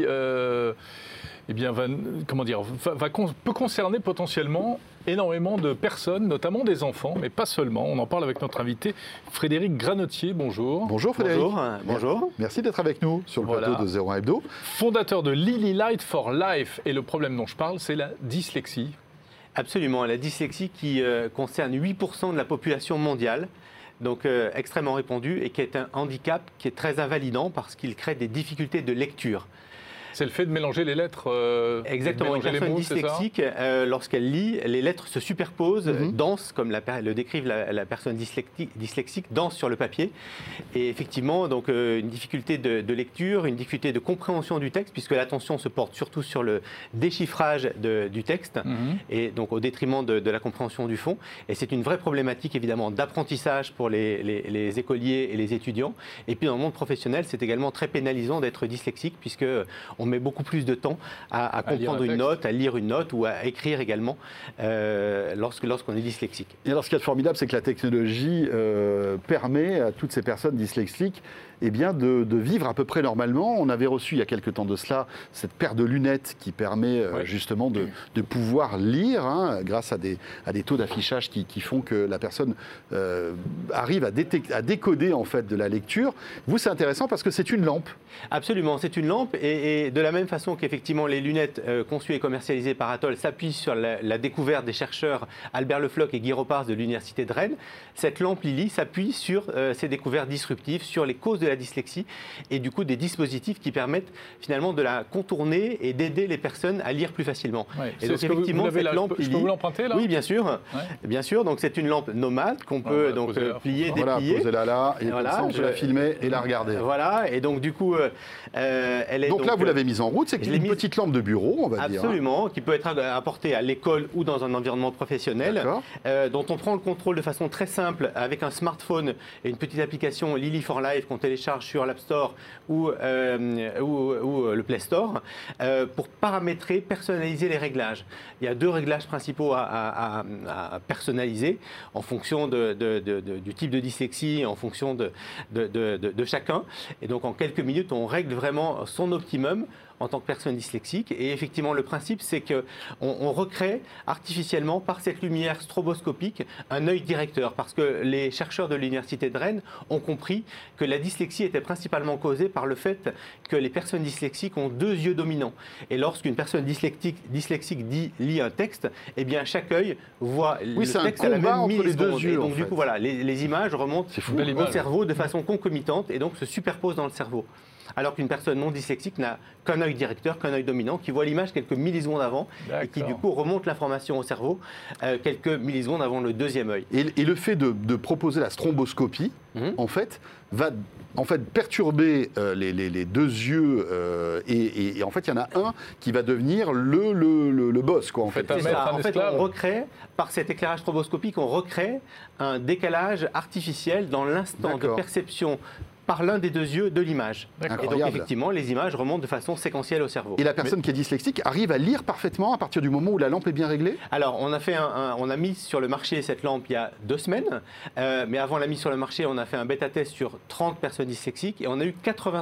peut concerner potentiellement énormément de personnes, notamment des enfants, mais pas seulement. On en parle avec notre invité Frédéric Granotier. Bonjour. Bonjour Frédéric. Bonjour. Merci d'être avec nous sur le plateau de 01 Hebdo. Fondateur de Lily Light for Life. Et le problème dont je parle, c'est la dyslexie. Absolument. La dyslexie qui concerne 8% de la population mondiale. Donc extrêmement répandu et qui est un handicap qui est très invalidant parce qu'il crée des difficultés de lecture. C'est le fait de mélanger les lettres. Exactement. Une personne dyslexique, lorsqu'elle lit, les lettres se superposent, dansent, comme le décrive la personne dyslexique, dansent sur le papier. Et effectivement, donc, une difficulté de lecture, une difficulté de compréhension du texte, puisque l'attention se porte surtout sur le déchiffrage du texte, et donc au détriment de la compréhension du fond. Et c'est une vraie problématique, évidemment, d'apprentissage pour les écoliers et les étudiants. Et puis, dans le monde professionnel, c'est également très pénalisant d'être dyslexique, puisque on met beaucoup plus de temps à comprendre une note, à lire une note ou à écrire également lorsqu'on est dyslexique. Et alors ce qui est formidable, c'est que la technologie permet à toutes ces personnes dyslexiques de vivre à peu près normalement. On avait reçu il y a quelques temps de cela cette paire de lunettes qui permet justement de pouvoir lire grâce à des taux d'affichage qui font que la personne arrive à décoder en fait de la lecture. Vous, c'est intéressant parce que c'est une lampe. Absolument, c'est une lampe et de la même façon qu'effectivement les lunettes conçues et commercialisées par Atoll s'appuient sur la découverte des chercheurs Albert Le Floch et Guy Ropars de l'Université de Rennes, cette lampe Lily s'appuie sur ces découvertes disruptives, sur les causes de la dyslexie et du coup des dispositifs qui permettent finalement de la contourner et d'aider les personnes à lire plus facilement. Ouais. Et donc effectivement cette lampe Lily, je peux vous l'emprunter là? Oui, bien sûr. Bien sûr, donc c'est une lampe nomade qu'on peut donc plier, déplier. Posez-la là, et voilà, comme ça on peut la filmer et la regarder. Voilà, et donc du coup, elle est... Donc là, vous l'avez mise en route, c'est une petite lampe de bureau, on va dire. Absolument, qui peut être apportée à l'école ou dans un environnement professionnel, dont on prend le contrôle de façon très simple avec un smartphone et une petite application Lily for Life qu'on télécharge sur l'App Store ou le Play Store pour paramétrer, personnaliser les réglages. Il y a 2 réglages principaux à personnaliser en fonction du type de dyslexie, en fonction de chacun. Et donc en quelques minutes, on règle vraiment son optimum en tant que personne dyslexique. Et effectivement, le principe, c'est qu'on recrée artificiellement, par cette lumière stroboscopique, un œil directeur. Parce que les chercheurs de l'Université de Rennes ont compris que la dyslexie était principalement causée par le fait que les personnes dyslexiques ont 2 yeux dominants. Et lorsqu'une personne dyslexique lit un texte, eh bien, chaque œil voit le texte à la même milliseconde. Et donc, du coup, voilà, les images remontent au cerveau de façon concomitante et donc se superposent dans le cerveau. Alors qu'une personne non dyslexique n'a qu'un œil directeur, qu'un œil dominant, qui voit l'image quelques millisecondes avant et qui du coup remonte l'information au cerveau quelques millisecondes avant le 2e œil. Et le fait de proposer la stromboscopie, en fait, va perturber les 2 yeux et en fait il y en a un qui va devenir le boss, quoi, en fait. C'est ça. En fait, on recrée, par cet éclairage stroboscopique, on recrée un décalage artificiel dans l'instant de perception par l'un des 2 yeux de l'image. Et donc effectivement, les images remontent de façon séquentielle au cerveau. Et la personne qui est dyslexique arrive à lire parfaitement à partir du moment où la lampe est bien réglée? Alors, on a mis sur le marché cette lampe il y a 2 semaines, mais avant la mise sur le marché, on a fait un bêta-test sur 30 personnes dyslexiques et on a eu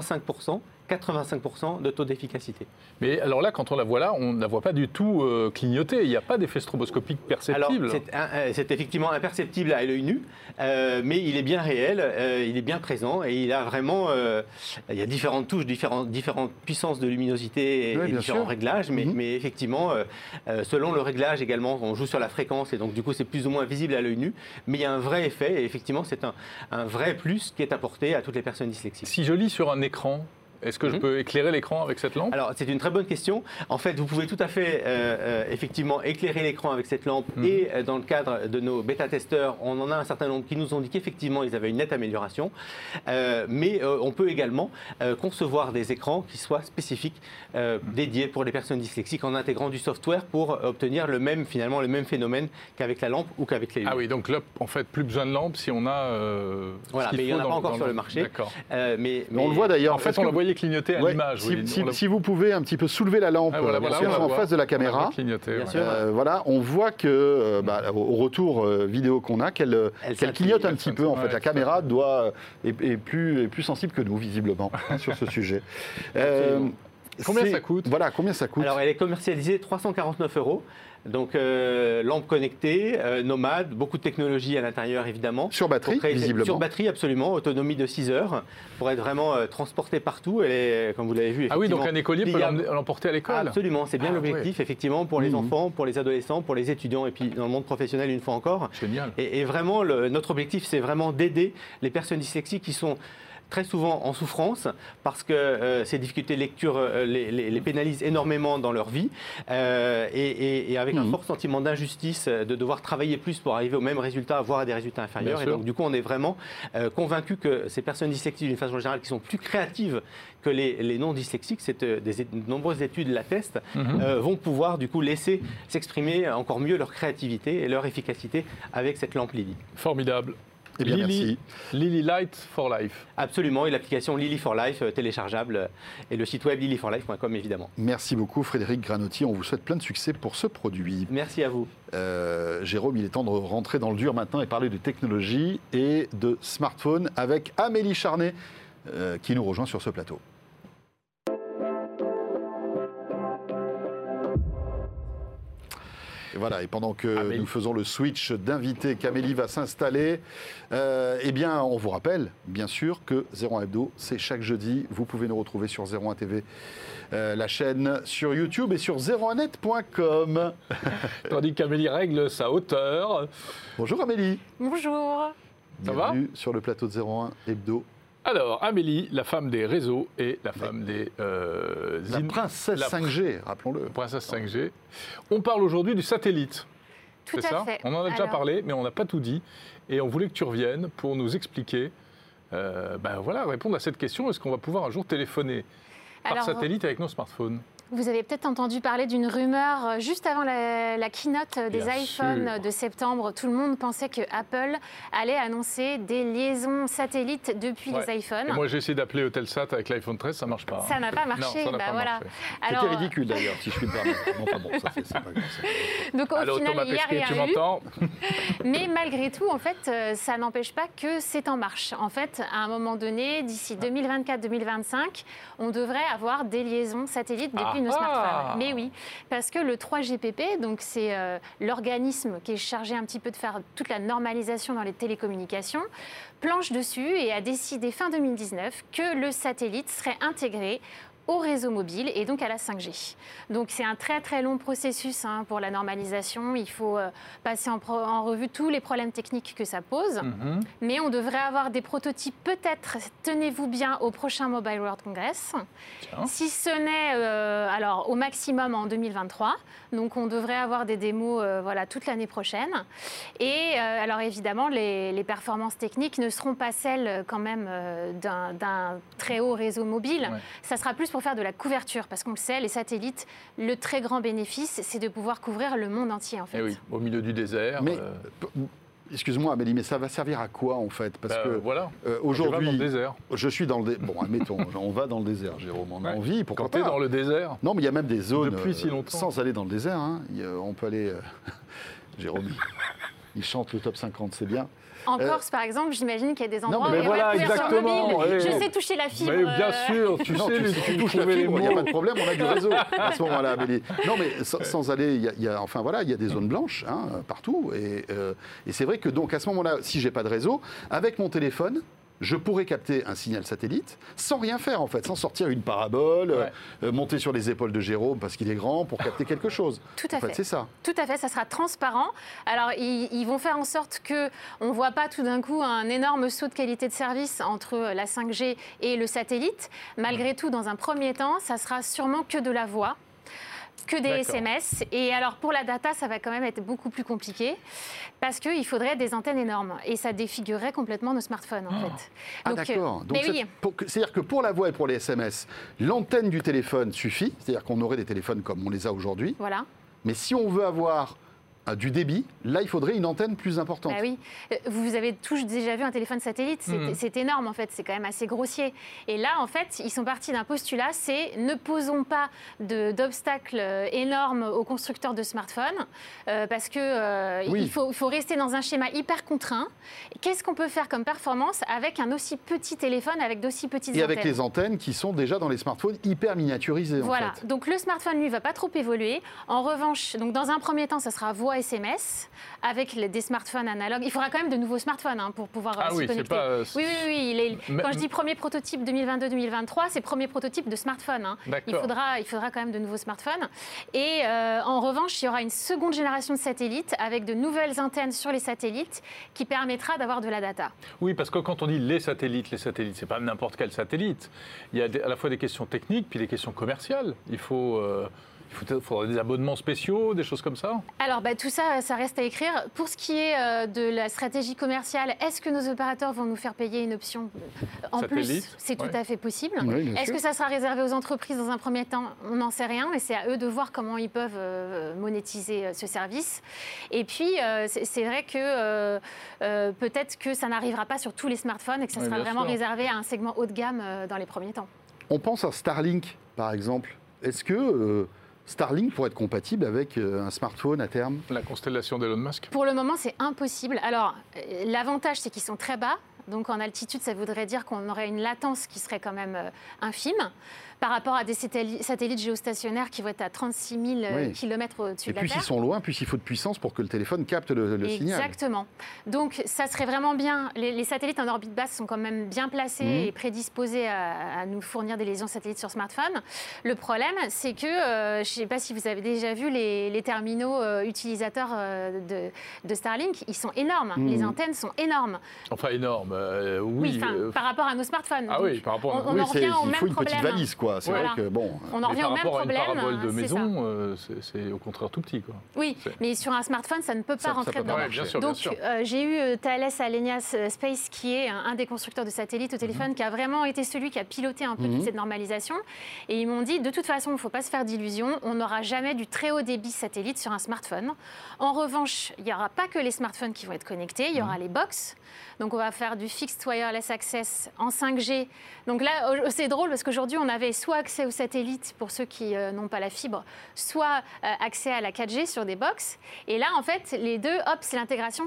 85% de taux d'efficacité. Mais alors là, quand on la voit là, on ne la voit pas du tout clignoter. Il n'y a pas d'effet stroboscopique perceptible. Alors, c'est effectivement imperceptible à l'œil nu, mais il est bien réel, il est bien présent et il a vraiment... il y a différentes touches, différentes puissances de luminosité et différents réglages, mais effectivement, selon le réglage également, on joue sur la fréquence et donc du coup c'est plus ou moins visible à l'œil nu, mais il y a un vrai effet et effectivement c'est un vrai plus qui est apporté à toutes les personnes dyslexiques. Si je lis sur un écran, est-ce que je peux éclairer l'écran avec cette lampe? Alors, c'est une très bonne question. En fait, vous pouvez tout à fait, effectivement, éclairer l'écran avec cette lampe. Et dans le cadre de nos bêta-testeurs, on en a un certain nombre qui nous ont dit qu'effectivement, ils avaient une nette amélioration. Mais on peut également concevoir des écrans qui soient spécifiques, dédiés pour les personnes dyslexiques, en intégrant du software pour obtenir finalement le même phénomène qu'avec la lampe ou qu'avec les lunettes. Ah oui, donc là, en fait, plus besoin de lampe si on a... voilà, mais il n'y en a pas encore sur le marché. D'accord. Mais on le voit d'ailleurs. En fait, on la voyait clignoter à l'image. Si vous pouvez un petit peu soulever la lampe en face de la caméra, voilà, on voit que au retour vidéo qu'on a, qu'elle clignote un petit peu. En fait, la caméra est plus sensible que nous, visiblement, sur ce sujet. Combien ça coûte? Voilà, combien ça coûte? Alors, elle est commercialisée 349 €. Donc, lampe connectée, nomade, beaucoup de technologie à l'intérieur, évidemment. Sur batterie, visiblement. Sur batterie, absolument. Autonomie de 6 heures pour être vraiment transportée partout. Elle est, comme vous l'avez vu, ah oui, donc un écolier peut l'emporter à l'école? Absolument, c'est bien l'objectif, effectivement, pour les enfants, pour les adolescents, pour les étudiants et puis dans le monde professionnel, une fois encore. Génial. Et vraiment, notre objectif, c'est vraiment d'aider les personnes dyslexiques qui sont très souvent en souffrance parce que ces difficultés de lecture les pénalisent énormément dans leur vie et avec un fort sentiment d'injustice de devoir travailler plus pour arriver au même résultat, voire à des résultats inférieurs. Et donc du coup on est vraiment convaincu que ces personnes dyslexiques d'une façon générale qui sont plus créatives que les non-dyslexiques, de nombreuses études l'attestent, vont pouvoir du coup laisser s'exprimer encore mieux leur créativité et leur efficacité avec cette lampe Lily. Formidable. Eh bien, merci. Lily Light for Life. Absolument, et l'application Lily for Life téléchargeable et le site web lilyforlife.com évidemment. Merci beaucoup Frédéric Granotti, on vous souhaite plein de succès pour ce produit. Merci à vous. Jérôme, il est temps de rentrer dans le dur maintenant et parler de technologie et de smartphone avec Amélie Charnet qui nous rejoint sur ce plateau. Et voilà, et pendant que nous faisons le switch d'invité, qu'Amélie va s'installer, eh bien, on vous rappelle, bien sûr, que 01 Hebdo, c'est chaque jeudi. Vous pouvez nous retrouver sur 01 TV, la chaîne sur YouTube et sur 01net.com. Tandis qu'Amélie règle sa hauteur. Bonjour Amélie. Bonjour. Bienvenue sur le plateau de 01 Hebdo. Alors, Amélie, la femme des réseaux et la femme des... la princesse 5G, rappelons-le. Princesse 5G. On parle aujourd'hui du satellite. Tout C'est à ça fait. On en a déjà parlé, mais on n'a pas tout dit. Et on voulait que tu reviennes pour nous expliquer, répondre à cette question. Est-ce qu'on va pouvoir un jour téléphoner par satellite avec nos smartphones ? Vous avez peut-être entendu parler d'une rumeur juste avant la keynote des iPhones de septembre. Tout le monde pensait que Apple allait annoncer des liaisons satellites depuis les iPhones. Et moi, j'ai essayé d'appeler Eutelsat avec l'iPhone 13, ça ne marche pas. Ça n'a pas marché. Non, ça n'a pas marché. C'était ridicule d'ailleurs, si je puis me permettre. Enfin bon, ça c'est pas grave. Donc au final, il n'y a rien tu eu. m'entends ? Mais malgré tout, en fait, ça n'empêche pas que c'est en marche. En fait, à un moment donné, d'ici 2024-2025, on devrait avoir des liaisons satellites depuis nos smartphones. Mais oui, parce que le 3GPP, donc c'est l'organisme qui est chargé un petit peu de faire toute la normalisation dans les télécommunications, planche dessus et a décidé fin 2019 que le satellite serait intégré au réseau mobile et donc à la 5G. Donc c'est un très très long processus pour la normalisation. Il faut passer en revue tous les problèmes techniques que ça pose. Mais on devrait avoir des prototypes peut-être, tenez-vous bien, au prochain Mobile World Congress. Si ce n'est alors au maximum en 2023. Donc on devrait avoir des démos toute l'année prochaine. Et alors évidemment, les performances techniques ne seront pas celles quand même d'un très haut réseau mobile. Ouais. Ça sera plus pour faire de la couverture, parce qu'on le sait, les satellites, le très grand bénéfice, c'est de pouvoir couvrir le monde entier, en fait. Et oui, au milieu du désert. Mais, excuse-moi, Amélie, mais ça va servir à quoi, en fait ? Parce que aujourd'hui, je suis dans le désert. Bon, admettons, on va dans le désert, Jérôme, on a envie, pourquoi pas ? Quand tu es dans le désert. Non, mais il y a même des zones, depuis si longtemps, sans aller dans le désert, on peut aller... Jérôme, il chante le top 50, c'est bien. En Corse, par exemple, j'imagine qu'il y a des endroits où il y a exactement. Je sais toucher la fibre. Mais bien sûr, tu touches la fibre, il n'y a pas de problème, on a du réseau à ce moment-là, Amélie. Non, mais sans aller, il y a des zones blanches partout. Et c'est vrai que donc à ce moment-là, si j'ai pas de réseau, avec mon téléphone, je pourrais capter un signal satellite sans rien faire, en fait, sans sortir une parabole, monter sur les épaules de Jérôme parce qu'il est grand pour capter quelque chose. Tout à fait. C'est ça. Tout à fait, ça sera transparent. Alors, ils vont faire en sorte qu'on ne voit pas tout d'un coup un énorme saut de qualité de service entre la 5G et le satellite. Malgré tout, dans un premier temps, ça sera sûrement que de la voix. Que des SMS. Et alors, pour la data, ça va quand même être beaucoup plus compliqué parce qu'il faudrait des antennes énormes. Et ça défigurerait complètement nos smartphones, en fait. Donc, d'accord. Donc, c'est-à-dire que pour la voix et pour les SMS, l'antenne du téléphone suffit. C'est-à-dire qu'on aurait des téléphones comme on les a aujourd'hui. Voilà. Mais si on veut avoir du débit, là, il faudrait une antenne plus importante. Bah oui. Vous avez tous déjà vu un téléphone satellite, c'est énorme en fait, c'est quand même assez grossier. Et là, en fait, ils sont partis d'un postulat, c'est ne posons pas d'obstacles énormes aux constructeurs de smartphones, parce que il faut rester dans un schéma hyper contraint. Qu'est-ce qu'on peut faire comme performance avec un aussi petit téléphone, avec d'aussi petites antennes ? Et avec les antennes qui sont déjà dans les smartphones hyper miniaturisées. Voilà, en fait. Donc le smartphone, lui, ne va pas trop évoluer. En revanche, donc dans un premier temps, ça sera voix SMS avec des smartphones analogues. Il faudra quand même de nouveaux smartphones pour pouvoir se connecter. Oui. Quand je dis premier prototype 2022-2023, c'est premier prototype de smartphone. Il faudra quand même de nouveaux smartphones. Et en revanche, il y aura une seconde génération de satellites avec de nouvelles antennes sur les satellites qui permettra d'avoir de la data. Oui, parce que quand on dit les satellites, c'est pas n'importe quel satellite. Il y a à la fois des questions techniques puis des questions commerciales. Il faudrait des abonnements spéciaux, des choses comme ça ? Alors, tout ça, ça reste à écrire. Pour ce qui est de la stratégie commerciale, est-ce que nos opérateurs vont nous faire payer une option en satellite, plus ? C'est tout à fait possible. Oui, est-ce que ça sera réservé aux entreprises dans un premier temps ? On n'en sait rien, mais c'est à eux de voir comment ils peuvent monétiser ce service. Et puis, c'est vrai que peut-être que ça n'arrivera pas sur tous les smartphones et que ça sera vraiment réservé à un segment haut de gamme dans les premiers temps. On pense à Starlink, par exemple. Est-ce que... Starlink pourrait être compatible avec un smartphone à terme ? La constellation d'Elon Musk ? Pour le moment, c'est impossible. Alors, l'avantage, c'est qu'ils sont très bas. Donc en altitude, ça voudrait dire qu'on aurait une latence qui serait quand même infime par rapport à des satellites géostationnaires qui vont être à 36 000 km au-dessus de la Terre. Et plus ils sont loin, plus il faut de puissance pour que le téléphone capte le signal. Exactement. Donc ça serait vraiment bien. Les satellites en orbite basse sont quand même bien placés et prédisposés à nous fournir des liaisons satellites sur smartphone. Le problème, c'est que, je ne sais pas si vous avez déjà vu les terminaux utilisateurs de Starlink, ils sont énormes. Les antennes sont énormes. Enfin, énormes, oui. Par rapport à nos smartphones. Ah oui, par rapport à... On en revient au même problème. Il faut une petite valise, quoi. C'est vrai que, bon... On en revient au même problème. Par rapport à une parabole de maison, c'est au contraire tout petit, quoi. Oui, mais sur un smartphone, ça ne peut pas rentrer dedans. Ouais, bien sûr, donc, bien sûr. J'ai eu Thales Alenia Space, qui est un des constructeurs de satellites au téléphone, qui a vraiment été celui qui a piloté un peu toute cette normalisation. Et ils m'ont dit, de toute façon, il ne faut pas se faire d'illusions, on n'aura jamais du très haut débit satellite sur un smartphone. En revanche, il n'y aura pas que les smartphones qui vont être connectés, il y aura les box. Donc on va faire du Fixed Wireless Access en 5G. Donc là, c'est drôle parce qu'aujourd'hui, on avait soit accès aux satellites pour ceux qui n'ont pas la fibre, soit accès à la 4G sur des box. Et là, en fait, les deux, hop, c'est l'intégration,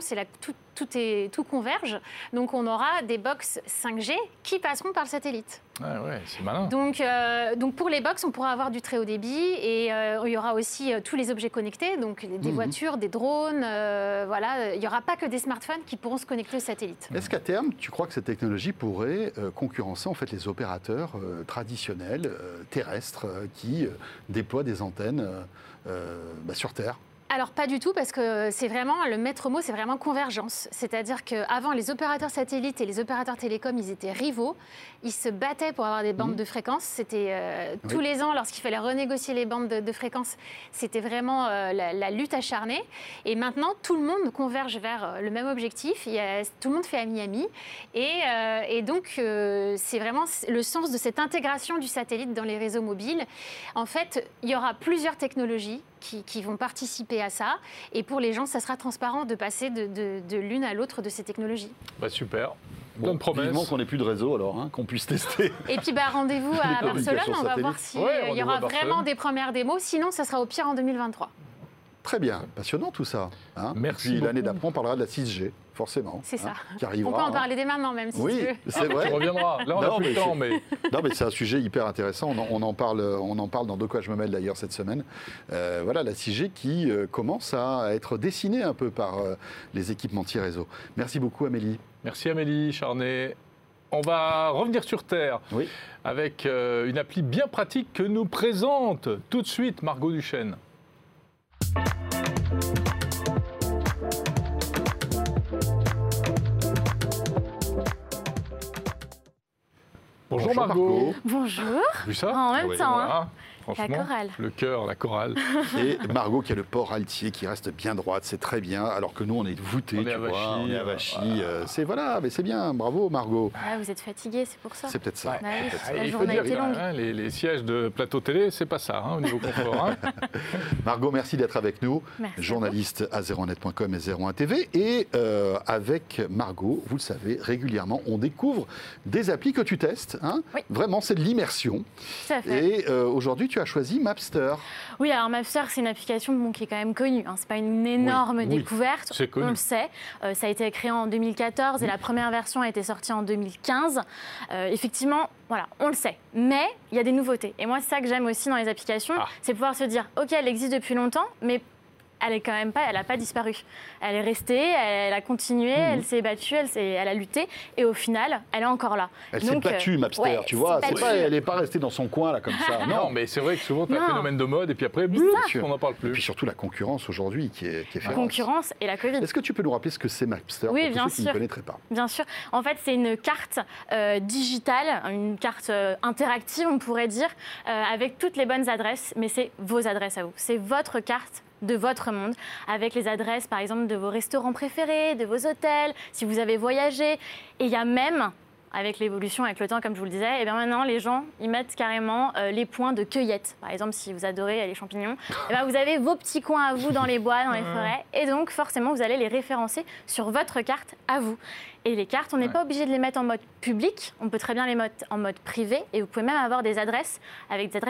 tout converge. Donc on aura des box 5G qui passeront par le satellite. Ouais, c'est malin. Donc pour les box, on pourra avoir du très haut débit et il y aura aussi tous les objets connectés, donc des voitures, des drones, voilà. Il n'y aura pas que des smartphones qui pourront se connecter au satellite. Est-ce qu'à terme, tu crois que cette technologie pourrait concurrencer en fait les opérateurs traditionnels terrestres qui déploient des antennes sur Terre ? Alors pas du tout, parce que c'est vraiment, le maître mot, c'est vraiment convergence. C'est-à-dire qu'avant, les opérateurs satellites et les opérateurs télécoms, ils étaient rivaux. Ils se battaient pour avoir des bandes de fréquences. C'était tous les ans, lorsqu'il fallait renégocier les bandes de fréquences, c'était vraiment la lutte acharnée. Et maintenant, tout le monde converge vers le même objectif. Tout le monde fait ami-ami. Et donc, c'est vraiment le sens de cette intégration du satellite dans les réseaux mobiles. En fait, il y aura plusieurs technologies qui vont participer à ça. Et pour les gens, ça sera transparent de passer de l'une à l'autre de ces technologies. Bah super. Bonne promesse. Vivement qu'on n'ait plus de réseau alors, qu'on puisse tester. Et puis rendez-vous à Barcelone, on va voir s'il y aura vraiment des premières démos. Sinon, ça sera au pire en 2023. Très bien, passionnant tout ça. Merci. Puis l'année d'après, on parlera de la 6G, forcément. C'est ça. Qui arrivera. On peut en parler dès maintenant, même si tu veux. C'est vrai. On reviendra. Là, on n'a plus le temps, mais... Non, mais c'est un sujet hyper intéressant. On en parle dans De quoi je me mêle d'ailleurs cette semaine. Voilà, la 6G qui commence à être dessinée un peu par les équipementiers réseau. Merci beaucoup, Amélie. Merci, Amélie Charnet. On va revenir sur Terre avec une appli bien pratique que nous présente tout de suite Margot Duchesne. Bonjour Margot. Bonjour. Vu ça en même temps. Voilà. Franchement, la chorale. Le cœur, la chorale. Et Margot qui a le port altier qui reste bien droite, c'est très bien, alors que nous on est voûtés, on est avachis. Mais c'est bien, bravo Margot. Vous êtes fatiguée, c'est pour ça. C'est peut-être ça. Il faut dire que les sièges de plateau télé, c'est pas ça, au niveau confort. Margot, merci d'être avec nous. Merci journaliste à 01net.com et 01 TV. Et avec Margot, vous le savez, régulièrement, on découvre des applis que tu testes. Oui. Vraiment, c'est de l'immersion. Tout à fait. Et aujourd'hui, tu as choisi Mapster. Oui, alors Mapster, c'est une application qui est quand même connue. C'est pas une énorme découverte. C'est connu. On le sait. Ça a été créé en 2014 et la première version a été sortie en 2015. Effectivement, voilà, on le sait. Mais il y a des nouveautés. Et moi, c'est ça que j'aime aussi dans les applications. C'est pouvoir se dire, OK, elle existe depuis longtemps, mais elle est quand même pas, elle n'a pas disparu. Elle est restée, elle a continué, elle s'est battue, elle a lutté, et au final, elle est encore là. Elle s'est battue, Mapster, tu vois. Elle n'est pas restée dans son coin là comme ça. Non, mais c'est vrai que souvent, tu as un phénomène de mode, et puis après, on n'en parle plus. Et puis surtout la concurrence aujourd'hui qui est féroce. La concurrence et la Covid. Est-ce que tu peux nous rappeler ce que c'est Mapster Oui, pour bien tous ceux qui sûr. ne connaîtraient pas? Bien sûr. En fait, c'est une carte digitale, une carte interactive, on pourrait dire, avec toutes les bonnes adresses, mais c'est vos adresses à vous. C'est votre carte de votre monde, avec les adresses, par exemple, de vos restaurants préférés, de vos hôtels, si vous avez voyagé. Et il y a même, avec l'évolution, avec le temps, comme je vous le disais, et bien maintenant, les gens, ils mettent carrément les points de cueillette. Par exemple, si vous adorez les champignons, et bien vous avez vos petits coins à vous dans les bois, dans les forêts, et donc, forcément, vous allez les référencer sur votre carte à vous. Et les cartes, on n'est pas obligé de les mettre en mode public, on peut très bien les mettre en mode privé, et vous pouvez même avoir des adresses avec des adresses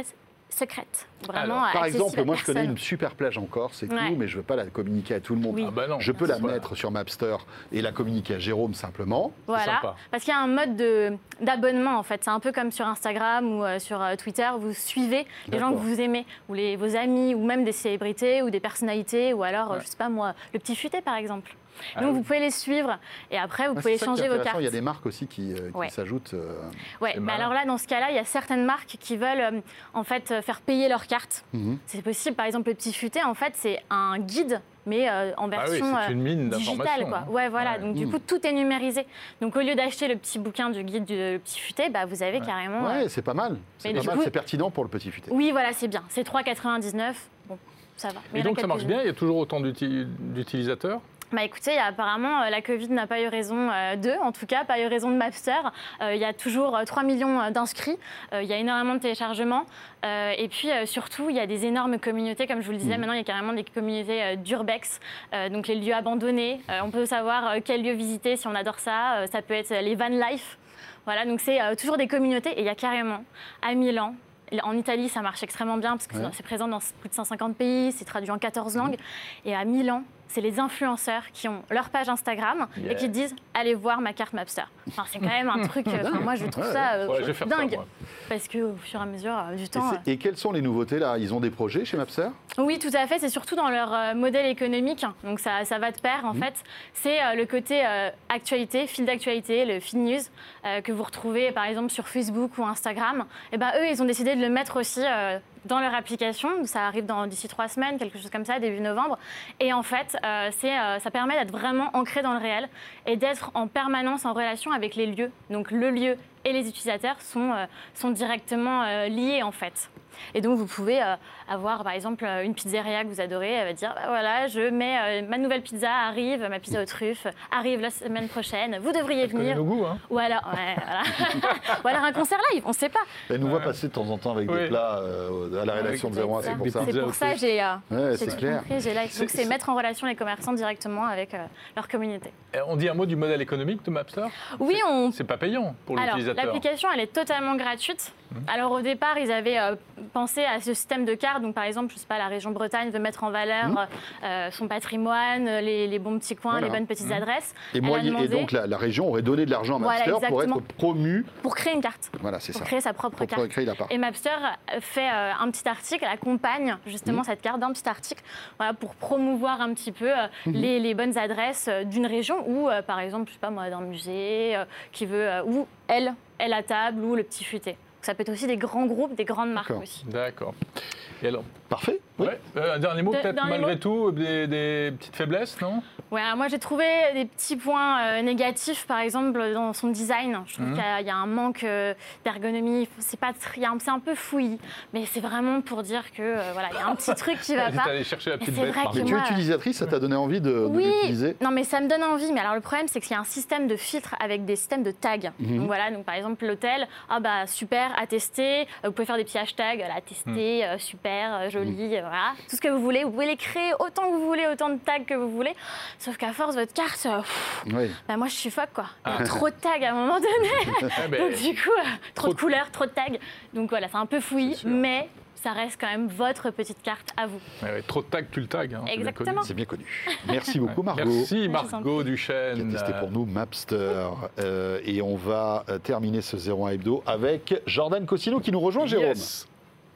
secrète. Vraiment, Alors, par accessible exemple, à moi je connais personne. une super plage en Corse, c'est Ouais. tout, mais je ne veux pas la communiquer à tout le monde. Oui. Ah bah non. Je peux la Voilà. mettre sur Mapster et la communiquer à Jérôme simplement. Voilà, sympa. parce qu'il y a un mode d'abonnement en fait. C'est un peu comme sur Instagram ou sur Twitter. Vous suivez les gens que D'accord. vous aimez, ou vos amis, ou même des célébrités ou des personnalités, ou alors, Ouais. je sais pas moi, le petit futé par exemple. Ah Donc oui. vous pouvez les suivre et après vous Ouais, pouvez c'est ça qui est échanger vos intéressant. cartes. Il y a des marques aussi qui Ouais. s'ajoutent. Ouais, C'est mais malin. alors là, dans ce cas-là, il y a certaines marques qui veulent en fait faire payer leurs cartes. Mhm. C'est possible. Par exemple, le petit futé, en fait, c'est un guide, mais en Ah oui, version c'est une mine digitale, d'informations. quoi. hein. Ouais, voilà. Ouais. Donc du coup, tout est numérisé. Donc au lieu d'acheter le petit bouquin du guide du petit futé, bah, vous avez carrément. Ouais, c'est pas mal. C'est mais pas du mal. coup- C'est pertinent pour le petit futé. Oui, voilà, c'est bien. C'est 3,99. Bon, ça va. Mais Et il y en a donc ça marche quelques-unes. bien, il y a toujours autant d'utilisateurs. Bah écoutez, apparemment, la Covid n'a pas eu raison d'eux, en tout cas, pas eu raison de Mapster. Il y a toujours 3 millions d'inscrits, il y a énormément de téléchargements. Et puis surtout, il y a des énormes communautés, comme je vous le disais, maintenant il y a carrément des communautés d'urbex, donc les lieux abandonnés. On peut savoir quel lieu visiter si on adore ça. Ça peut être les van life. Voilà, donc c'est toujours des communautés. Et il y a carrément, à Milan, en Italie, ça marche extrêmement bien parce que Ouais. c'est présent dans plus de 150 pays, c'est traduit en 14 langues. Et à Milan, c'est les influenceurs qui ont leur page Instagram et qui disent « Allez voir ma carte Mapster ». Enfin, c'est quand même un truc, moi je trouve ça Ouais, je vais faire ça, dingue. moi. Parce qu'au fur et à mesure du Et, temps... et quelles sont les nouveautés là? Ils ont des projets chez Mapster? Oui, tout à fait. C'est surtout dans leur modèle économique. Donc ça va de pair, en fait. C'est le côté actualité, fil d'actualité, le feed news, que vous retrouvez par exemple sur Facebook ou Instagram. Et ben eux, ils ont décidé de le mettre aussi dans leur application. Ça arrive d'ici 3 semaines, quelque chose comme ça, début novembre. Et en fait, ça permet d'être vraiment ancré dans le réel et d'être en permanence en relation avec les lieux. Donc le lieu et les utilisateurs sont directement liés, en fait. Et donc, vous pouvez avoir, par exemple, une pizzeria que vous adorez. Elle va dire, bah, voilà, je mets ma nouvelle pizza arrive, ma pizza aux truffes arrive la semaine prochaine. Vous devriez Je connais venir. nos goûts, hein. Ou alors, ouais, voilà. Ou alors un concert live, on ne sait pas. Elle nous voit passer de temps en temps avec Oui. des plats à la rédaction de 01, c'est C'est pour ça. pizzas pour ça aussi. j'ai Ouais, c'est tout clair. compris, j'ai like. Donc, c'est mettre en relation les commerçants directement avec leur communauté. Et on dit un mot du modèle économique de Mapster? Oui, on C'est pas payant pour Alors, l'utilisateur. l'application, elle est totalement gratuite. Alors, au départ, ils avaient pensé à ce système de cartes. Donc, par exemple, je sais pas, la région Bretagne veut mettre en valeur son patrimoine, les bons petits coins, Voilà. les bonnes petites adresses. Et, Elle a demandé donc la région aurait donné de l'argent à Voilà, Mapster pour exactement. être promu. pour créer une carte, Voilà, c'est pour ça. créer sa propre Pour carte. créer la part. Et Mapster fait un petit article, accompagne justement cette carte d'un petit article, voilà, pour promouvoir un petit peu les bonnes adresses d'une région ou, par exemple, je sais pas moi, d'un musée qui veut, ou elle à table, ou le petit futé. Ça peut être aussi des grands groupes, des grandes marques D'accord. aussi. D'accord. Et alors, Parfait. Oui. ouais, un dernier mot peut-être, dernier malgré mot tout, des petites faiblesses, non? Ouais, alors moi j'ai trouvé des petits points négatifs, par exemple dans son design. Je trouve qu'il y a un manque d'ergonomie. C'est un peu fouillis, mais c'est vraiment pour dire que voilà, il y a un petit truc qui va J'étais pas. allé chercher la Mais petite c'est bête. vrai par que Mais contre. tu es utilisatrice, ça t'a donné envie de Oui, l'utiliser? non mais ça me donne envie. Mais alors le problème c'est qu'il y a un système de filtre avec des systèmes de tags. Donc voilà, donc par exemple l'hôtel, ah bah super, à tester. Vous pouvez faire des petits hashtags, là, tester, super, joli, voilà, tout ce que vous voulez. Vous pouvez les créer autant que vous voulez, autant de tags que vous voulez. Sauf qu'à force votre carte, Oui. bah moi je suffoque quoi. Il y a trop de tags à un moment donné. Eh ben, Donc du coup, trop de couleurs, trop de tags. Donc voilà, c'est un peu fouillis, C'est sûr. mais ça reste quand même votre petite carte à vous. ouais, ouais, trop de tag, tu le tag. Hein, c'est bien connu. Exactement. C'est bien connu. Merci beaucoup, Margot. Merci Je vous en Margot prie. Qui Duchesne. a testé pour nous Mapster. Et on va terminer ce 01 Hebdo avec Jordan Cossino qui nous rejoint, Jérôme. Yes.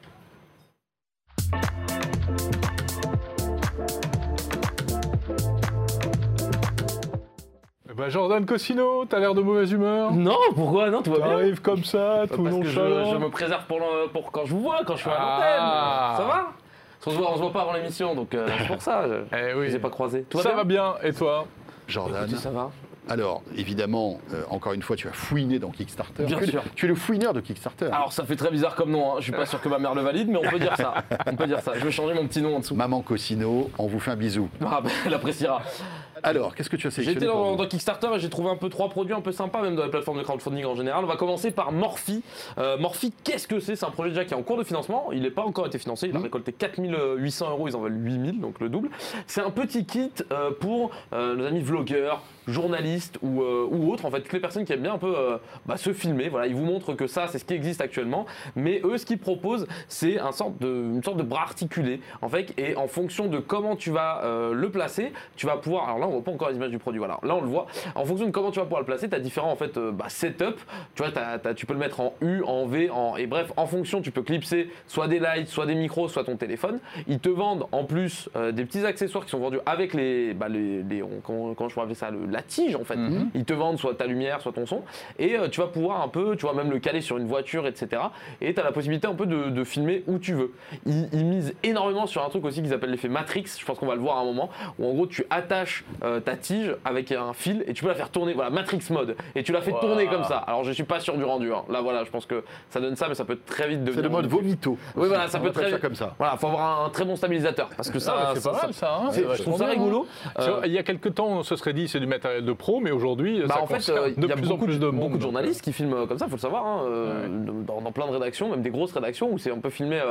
Eh ben, Jordan Cossino, t'as l'air de mauvaise humeur. Non, pourquoi? Non, tout va bien. T'arrives comme ça, tout Parce que nonchalant. je me préserve pour quand je vous vois, quand je suis à Ah. l'antenne. Ça va? On se voit pas avant l'émission, donc c'est pour ça. Eh Je oui. les ai pas croisés. Tout Ça va bien, et toi? Jordan. Écoutez, ça va. Alors, évidemment, encore une fois, tu as fouiné dans Kickstarter. Bien sûr. Tu es le fouineur de Kickstarter. Alors ça fait très bizarre comme nom, hein. Je suis pas sûr que ma mère le valide, mais on peut dire ça. On peut dire ça. Je vais changer mon petit nom en dessous. Maman Cossino, on vous fait un bisou. Ah, bah, elle appréciera. Alors, qu'est-ce que tu as sélectionné? J'étais dans Kickstarter et j'ai trouvé un peu 3 produits un peu sympas, même dans les plateformes de crowdfunding en général. On va commencer par Morphy. Morphy, qu'est-ce que c'est? C'est un projet déjà qui est en cours de financement. Il n'a pas encore été financé. Il a récolté 4800 €. Ils en veulent 8000, donc le double. C'est un petit kit pour nos amis vlogueurs, journalistes ou autres, en fait, toutes les personnes qui aiment bien un peu se filmer. Voilà, ils vous montrent que ça, c'est ce qui existe actuellement. Mais eux, ce qu'ils proposent, c'est une sorte de bras articulé, en fait, et en fonction de comment tu vas le placer, tu vas pouvoir. Alors là, on voit pas encore les images du produit. Voilà, là, on le voit. En fonction de comment tu vas pouvoir le placer, tu as différents en fait setup. Tu vois, tu peux le mettre en U, en V, et bref, en fonction, tu peux clipser soit des lights, soit des micros, soit ton téléphone. Ils te vendent en plus des petits accessoires qui sont vendus avec comment je pourrais appeler ça, la tige en fait. Ils te vendent soit ta lumière, soit ton son, et tu vas pouvoir un peu, tu vois, même le caler sur une voiture, etc. Et tu as la possibilité un peu de filmer où tu veux. Ils misent énormément sur un truc aussi qu'ils appellent l'effet Matrix. Je pense qu'on va le voir à un moment, où en gros tu attaches ta tige avec un fil et tu peux la faire tourner. Voilà, Matrix mode. Et tu la fais tourner comme ça. Alors je suis pas sûr du rendu. Hein. Là voilà, je pense que ça donne ça, mais ça peut très vite devenir. C'est le mode vomito. Oui voilà, ça peut très vite comme ça. Voilà, faut avoir un très bon stabilisateur parce que ça. C'est pas mal ça. Hein, je trouve ça rigolo. Il y a quelques temps, on se serait dit c'est du matériel de pro, mais aujourd'hui, ça concerne de plus en plus de monde. Beaucoup de journalistes qui filment comme ça, faut le savoir, hein, dans plein de rédactions, même des grosses rédactions où c'est un peu filmé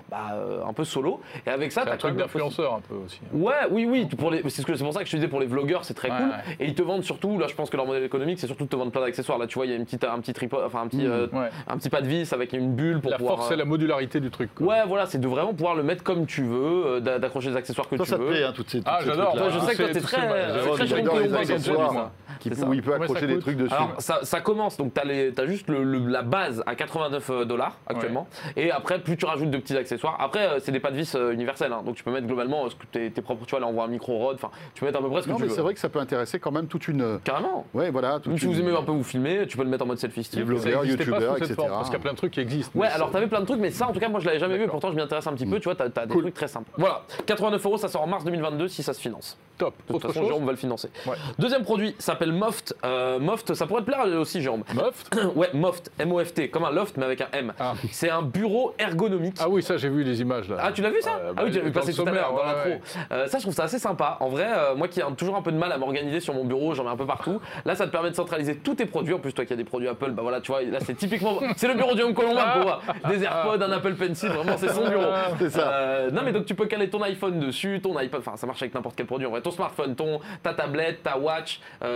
un peu solo. Et avec ça, t'as un truc d'influenceur un peu aussi. Ouais, oui. C'est pour ça que je te disais pour les vlogueurs, c'est très cool. Et ils te vendent surtout, là, je pense que leur modèle économique, c'est surtout de te vendre plein d'accessoires. Là, tu vois, il y a un petit tripod, enfin un petit pas de vis avec une bulle pour pouvoir. La force, c'est la modularité du truc. Quoi. Ouais, voilà, c'est de vraiment pouvoir le mettre comme tu veux, d'accrocher les accessoires que tu veux. Ça te plaît, hein, toutes ces j'adore. Je sais que toi, t'es très j'adore les accessoires. Où il peut accrocher des trucs dessus. Alors, ça commence, donc t'as juste la base à 89 $ actuellement, et après plus tu rajoutes de petits accessoires. Après c'est des pas de vis universels, hein, donc tu peux mettre globalement tes propres, tu vois, là on voit un micro rod, enfin tu peux mettre à peu près ce que tu veux. C'est vrai que ça peut intéresser quand même toute une. Carrément. Ouais, voilà. Si vous aimez un peu vous filmer, tu peux le mettre en mode selfie stick. Les blogueurs, youtubeurs, etc. Parce qu'il y a plein de trucs qui existent. Ouais, alors t'avais plein de trucs, mais ça en tout cas moi je l'avais jamais vu, pourtant je m'y intéresse un petit peu, tu vois, t'as des trucs très simples. Voilà, 89 €, ça sort en mars 2022 si ça se finance. Top. De toute façon, Jérôme va le financer. Deuxième produit s'appelle Moft. Moft, ça pourrait te plaire aussi, Jérôme. Moft? Ouais, Moft, M-O-F-T, comme un loft mais avec un M. C'est un bureau ergonomique. Ah oui, ça j'ai vu les images là. Ah, tu l'as vu ça? Ah oui, tu l'as vu passer tout à l'heure dans l'intro. Ça, je trouve ça assez sympa. En vrai, moi qui ai toujours un peu de mal à m'organiser sur mon bureau, j'en mets un peu partout. Là, ça te permet de centraliser tous tes produits. En plus, toi qui as des produits Apple, bah voilà, tu vois, là c'est typiquement. C'est le bureau du Home Colomba pour moi. Des AirPods, un Apple Pencil, vraiment, c'est son bureau. C'est ça. Non, mais donc tu peux caler ton iPhone dessus, ton iPod, enfin ça marche avec n'importe quel produit en vrai. Ton smartphone, ta tablette, ta watch,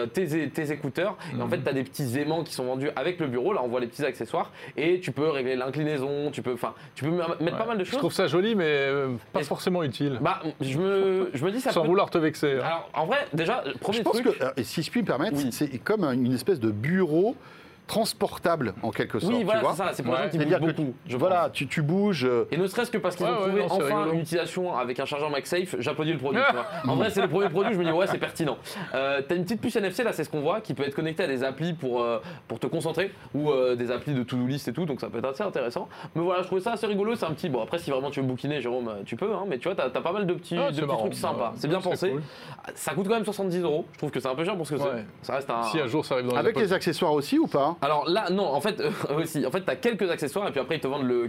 tes écouteurs. Et en fait, tu as des petits aimants qui sont vendus avec le bureau. Là, on voit les petits accessoires. Et tu peux régler l'inclinaison, tu peux mettre pas mal de choses. Je trouve ça joli, mais pas forcément utile. Bah, je me dis ça. Sans vouloir te vexer. Hein. Alors, en vrai, déjà, premier truc. Je pense que, si je puis me permettre, c'est comme une espèce de bureau transportable en quelque sorte. Oui, voilà, c'est ça, c'est pour les gens qui bougent beaucoup. Voilà, tu bouges. Et ne serait-ce que parce qu'ils ont trouvé enfin une utilisation avec un chargeur MagSafe, j'applaudis le produit. En vrai, c'est le premier produit, je me dis ouais, c'est pertinent. T'as une petite puce NFC, là, c'est ce qu'on voit, qui peut être connectée à des applis pour te concentrer ou des applis de to-do list et tout, donc ça peut être assez intéressant. Mais voilà, je trouvais ça assez rigolo, c'est un petit. Bon, après, si vraiment tu veux bouquiner, Jérôme, tu peux, hein, mais tu vois, t'as pas mal de petits trucs sympas. C'est bien pensé. Cool. Ça coûte quand même 70 €. Je trouve que c'est un peu cher pour ce que c'est. Ça reste un. Si un jour ça arrive dans avec les accessoires aussi ou pas? Alors là, non. En fait, aussi. En fait, t'as quelques accessoires et puis après ils te vendent le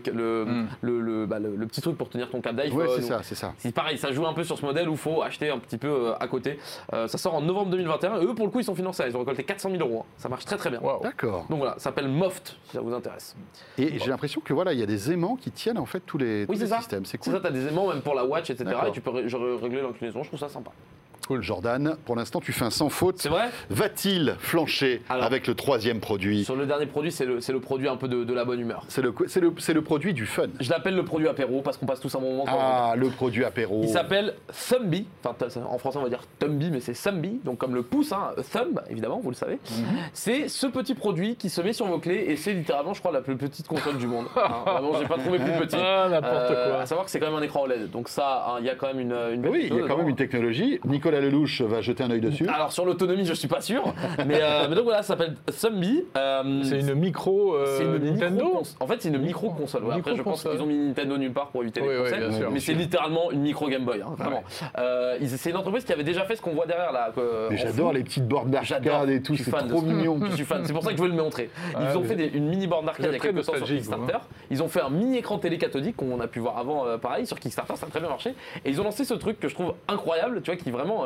petit truc pour tenir ton câble d'iPhone. Ouais, c'est ça. C'est pareil, ça joue un peu sur ce modèle où il faut acheter un petit peu à côté. Ça sort en novembre 2021. Eux, pour le coup, ils sont financés. Ils ont récolté 400 000 €. Hein. Ça marche très très bien. Wow. D'accord. Donc voilà, ça s'appelle Moft si ça vous intéresse. Et j'ai l'impression que voilà, il y a des aimants qui tiennent en fait tous les systèmes. C'est cool. C'est ça, t'as des aimants même pour la watch, etc. Et tu peux régler l'inclinaison. Je trouve ça sympa. Cool. Jordan, pour l'instant, tu fais un sans faute. C'est vrai? Va-t-il flancher avec le troisième produit? Sur le dernier produit, c'est le produit un peu de la bonne humeur. C'est le produit du fun. Je l'appelle le produit apéro parce qu'on passe tous un bon moment. Le produit apéro. Il s'appelle Thumby. Enfin, en français, on va dire Thumby, mais c'est Thumby. Donc, comme le pouce, hein, Thumb, évidemment, vous le savez. C'est ce petit produit qui se met sur vos clés et c'est littéralement, je crois, la plus petite console du monde. Vraiment, j'ai pas trouvé plus petit. N'importe quoi. À savoir que c'est quand même un écran OLED. Donc, ça, il y a quand même une belle il y a quand même une technologie. Nicolas Lelouch va jeter un œil dessus. Alors sur l'autonomie, je suis pas sûr, mais donc voilà, ça s'appelle Thumby. C'est une micro Nintendo. En fait, c'est une micro console. Ouais, après, je pense qu'ils ont mis Nintendo nulle part pour éviter les consoles, mais c'est littéralement une micro Game Boy, hein, vraiment. C'est une entreprise qui avait déjà fait ce qu'on voit derrière là. Mais j'adore les petites bornes d'arcade et tout, c'est trop mignon. Je suis fan. C'est pour ça que je veux le montrer. Ils ont fait une mini borne d'arcade il y a quelques temps sur Kickstarter. Ils ont fait un mini écran télé cathodique qu'on a pu voir avant, pareil sur Kickstarter, ça a très bien marché. Et ils ont lancé ce truc que je trouve incroyable, tu vois, qui vraiment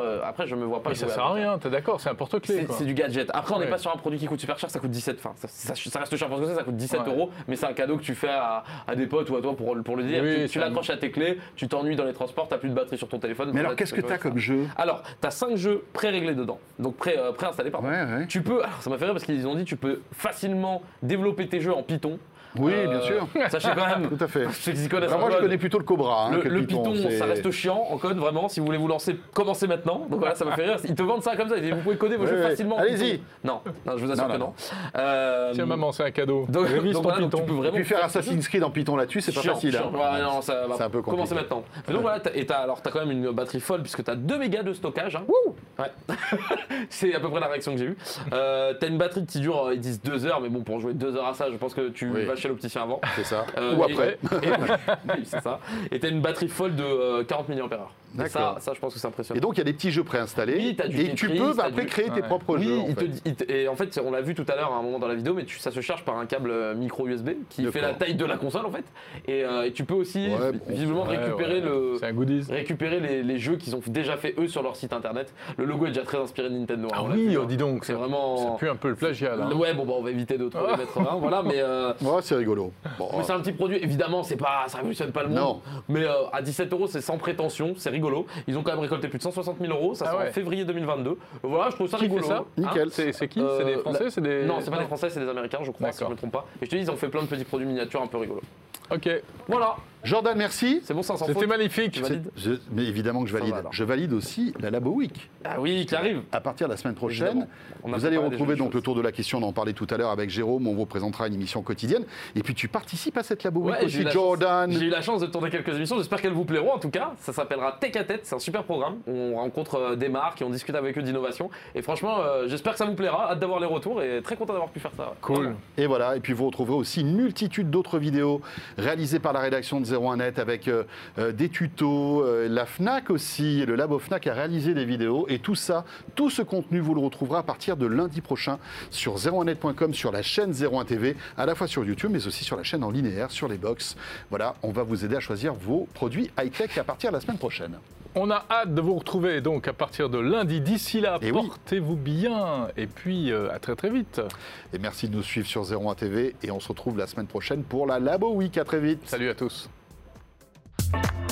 après, je me vois pas. Mais ça sert à rien, t'es d'accord, c'est un porte-clés. C'est du gadget. Après, on n'est pas sur un produit qui coûte super cher, ça coûte 17. Enfin, ça reste cher pour ce que ça coûte 17 €, mais c'est un cadeau que tu fais à des potes ou à toi pour le dire. Oui, tu l'accroches à tes clés, tu t'ennuies dans les transports, t'as plus de batterie sur ton téléphone. Mais alors, qu'est-ce que tu as comme jeu? Alors, tu as 5 jeux pré-réglés dedans, donc pré-installés, pardon. Ouais. Tu peux, alors ça m'a fait rire parce qu'ils ont dit tu peux facilement développer tes jeux en Python. Oui, bien sûr. Sachez quand même. Tout à fait. Ceux qui s'y connaissent Moi, je connais plutôt le Cobra. Hein, le Python, ça reste chiant en code, vraiment. Si vous voulez vous lancer, commencez maintenant. Donc voilà, ça m'a fait rire. Ils te vendent ça comme ça. Ils disent, vous pouvez coder vos jeux facilement. Allez-y. Non, je vous assure que non. Tiens, maman, c'est un cadeau. Donc voilà, Python. tu peux vraiment. Et puis faire Assassin's Creed en Python là-dessus, c'est pas facile. Chiant. Ouais, non, ça va c'est un peu compliqué. commencer maintenant. Mais donc voilà, t'as quand même une batterie folle puisque t'as 2 mégas de stockage. Hein. Ouais. C'est à peu près la réaction que j'ai eue. T'as une batterie qui dure, ils disent 2 heures, mais bon, pour jouer 2 heures à ça, je pense que tu vas chez l'opticien avant. C'est ça. Ou après. Oui, c'est ça. Et t'as une batterie folle de 40 mAh. D'accord. Ça, je pense que c'est impressionnant. Et donc, il y a des petits jeux préinstallés. Oui, t'as du et tu peux après créer tes propres jeux. Et en fait, on l'a vu tout à l'heure à un moment dans la vidéo, mais ça se charge par un câble micro USB qui fait la taille de la console en fait. Et tu peux aussi visiblement récupérer les jeux qu'ils ont déjà fait eux sur leur site internet. Le logo est déjà très inspiré de Nintendo. Ah oui, dis donc, c'est vraiment. Ça pue un peu le plagiat là. Ouais, bon, on va éviter de trop les mettre là. Voilà, mais. C'est rigolo. Mais c'est un petit produit, évidemment, ça révolutionne pas le monde. Non. Mais à 17 €, c'est sans prétention, c'est rigolo. Ils ont quand même récolté plus de 160 000 €, ça sort en février 2022. Voilà, je trouve ça rigolo. Ça nickel. C'est qui? C'est des Français? Non, c'est pas des Français, c'est des Américains, je crois, si je me trompe pas. Et je te dis, ils ont fait plein de petits produits miniatures un peu rigolos. Ok. Voilà. Jordan, merci. C'est bon, ça s'en C'était magnifique. Mais évidemment que je valide. Je valide aussi la Labo Week. Ah oui, qui arrive. À partir de la semaine prochaine, vous allez retrouver donc le tour de la question, on en parlait tout à l'heure avec Jérôme, on vous présentera une émission quotidienne. Et puis tu participes à cette Labo Week aussi, Jordan. J'ai eu la chance de tourner quelques émissions, j'espère qu'elles vous plairont en tout cas. Ça s'appellera Tech à Tête, c'est un super programme. On rencontre des marques et on discute avec eux d'innovation. Et franchement, j'espère que ça vous plaira, hâte d'avoir les retours et très content d'avoir pu faire ça. Cool. Et voilà, et puis vous retrouverez aussi une multitude d'autres vidéos réalisées par la rédaction de 01net avec des tutos, la FNAC aussi, le Labo FNAC a réalisé des vidéos et tout ça, tout ce contenu, vous le retrouverez à partir de lundi prochain sur 01net.com, sur la chaîne 01 TV, à la fois sur YouTube mais aussi sur la chaîne en linéaire, sur les box. Voilà, on va vous aider à choisir vos produits high-tech à partir de la semaine prochaine. On a hâte de vous retrouver donc à partir de lundi. D'ici là, portez-vous bien et puis à très très vite. Et merci de nous suivre sur 01 TV et on se retrouve la semaine prochaine pour la Labo Week. À très vite. Salut à tous.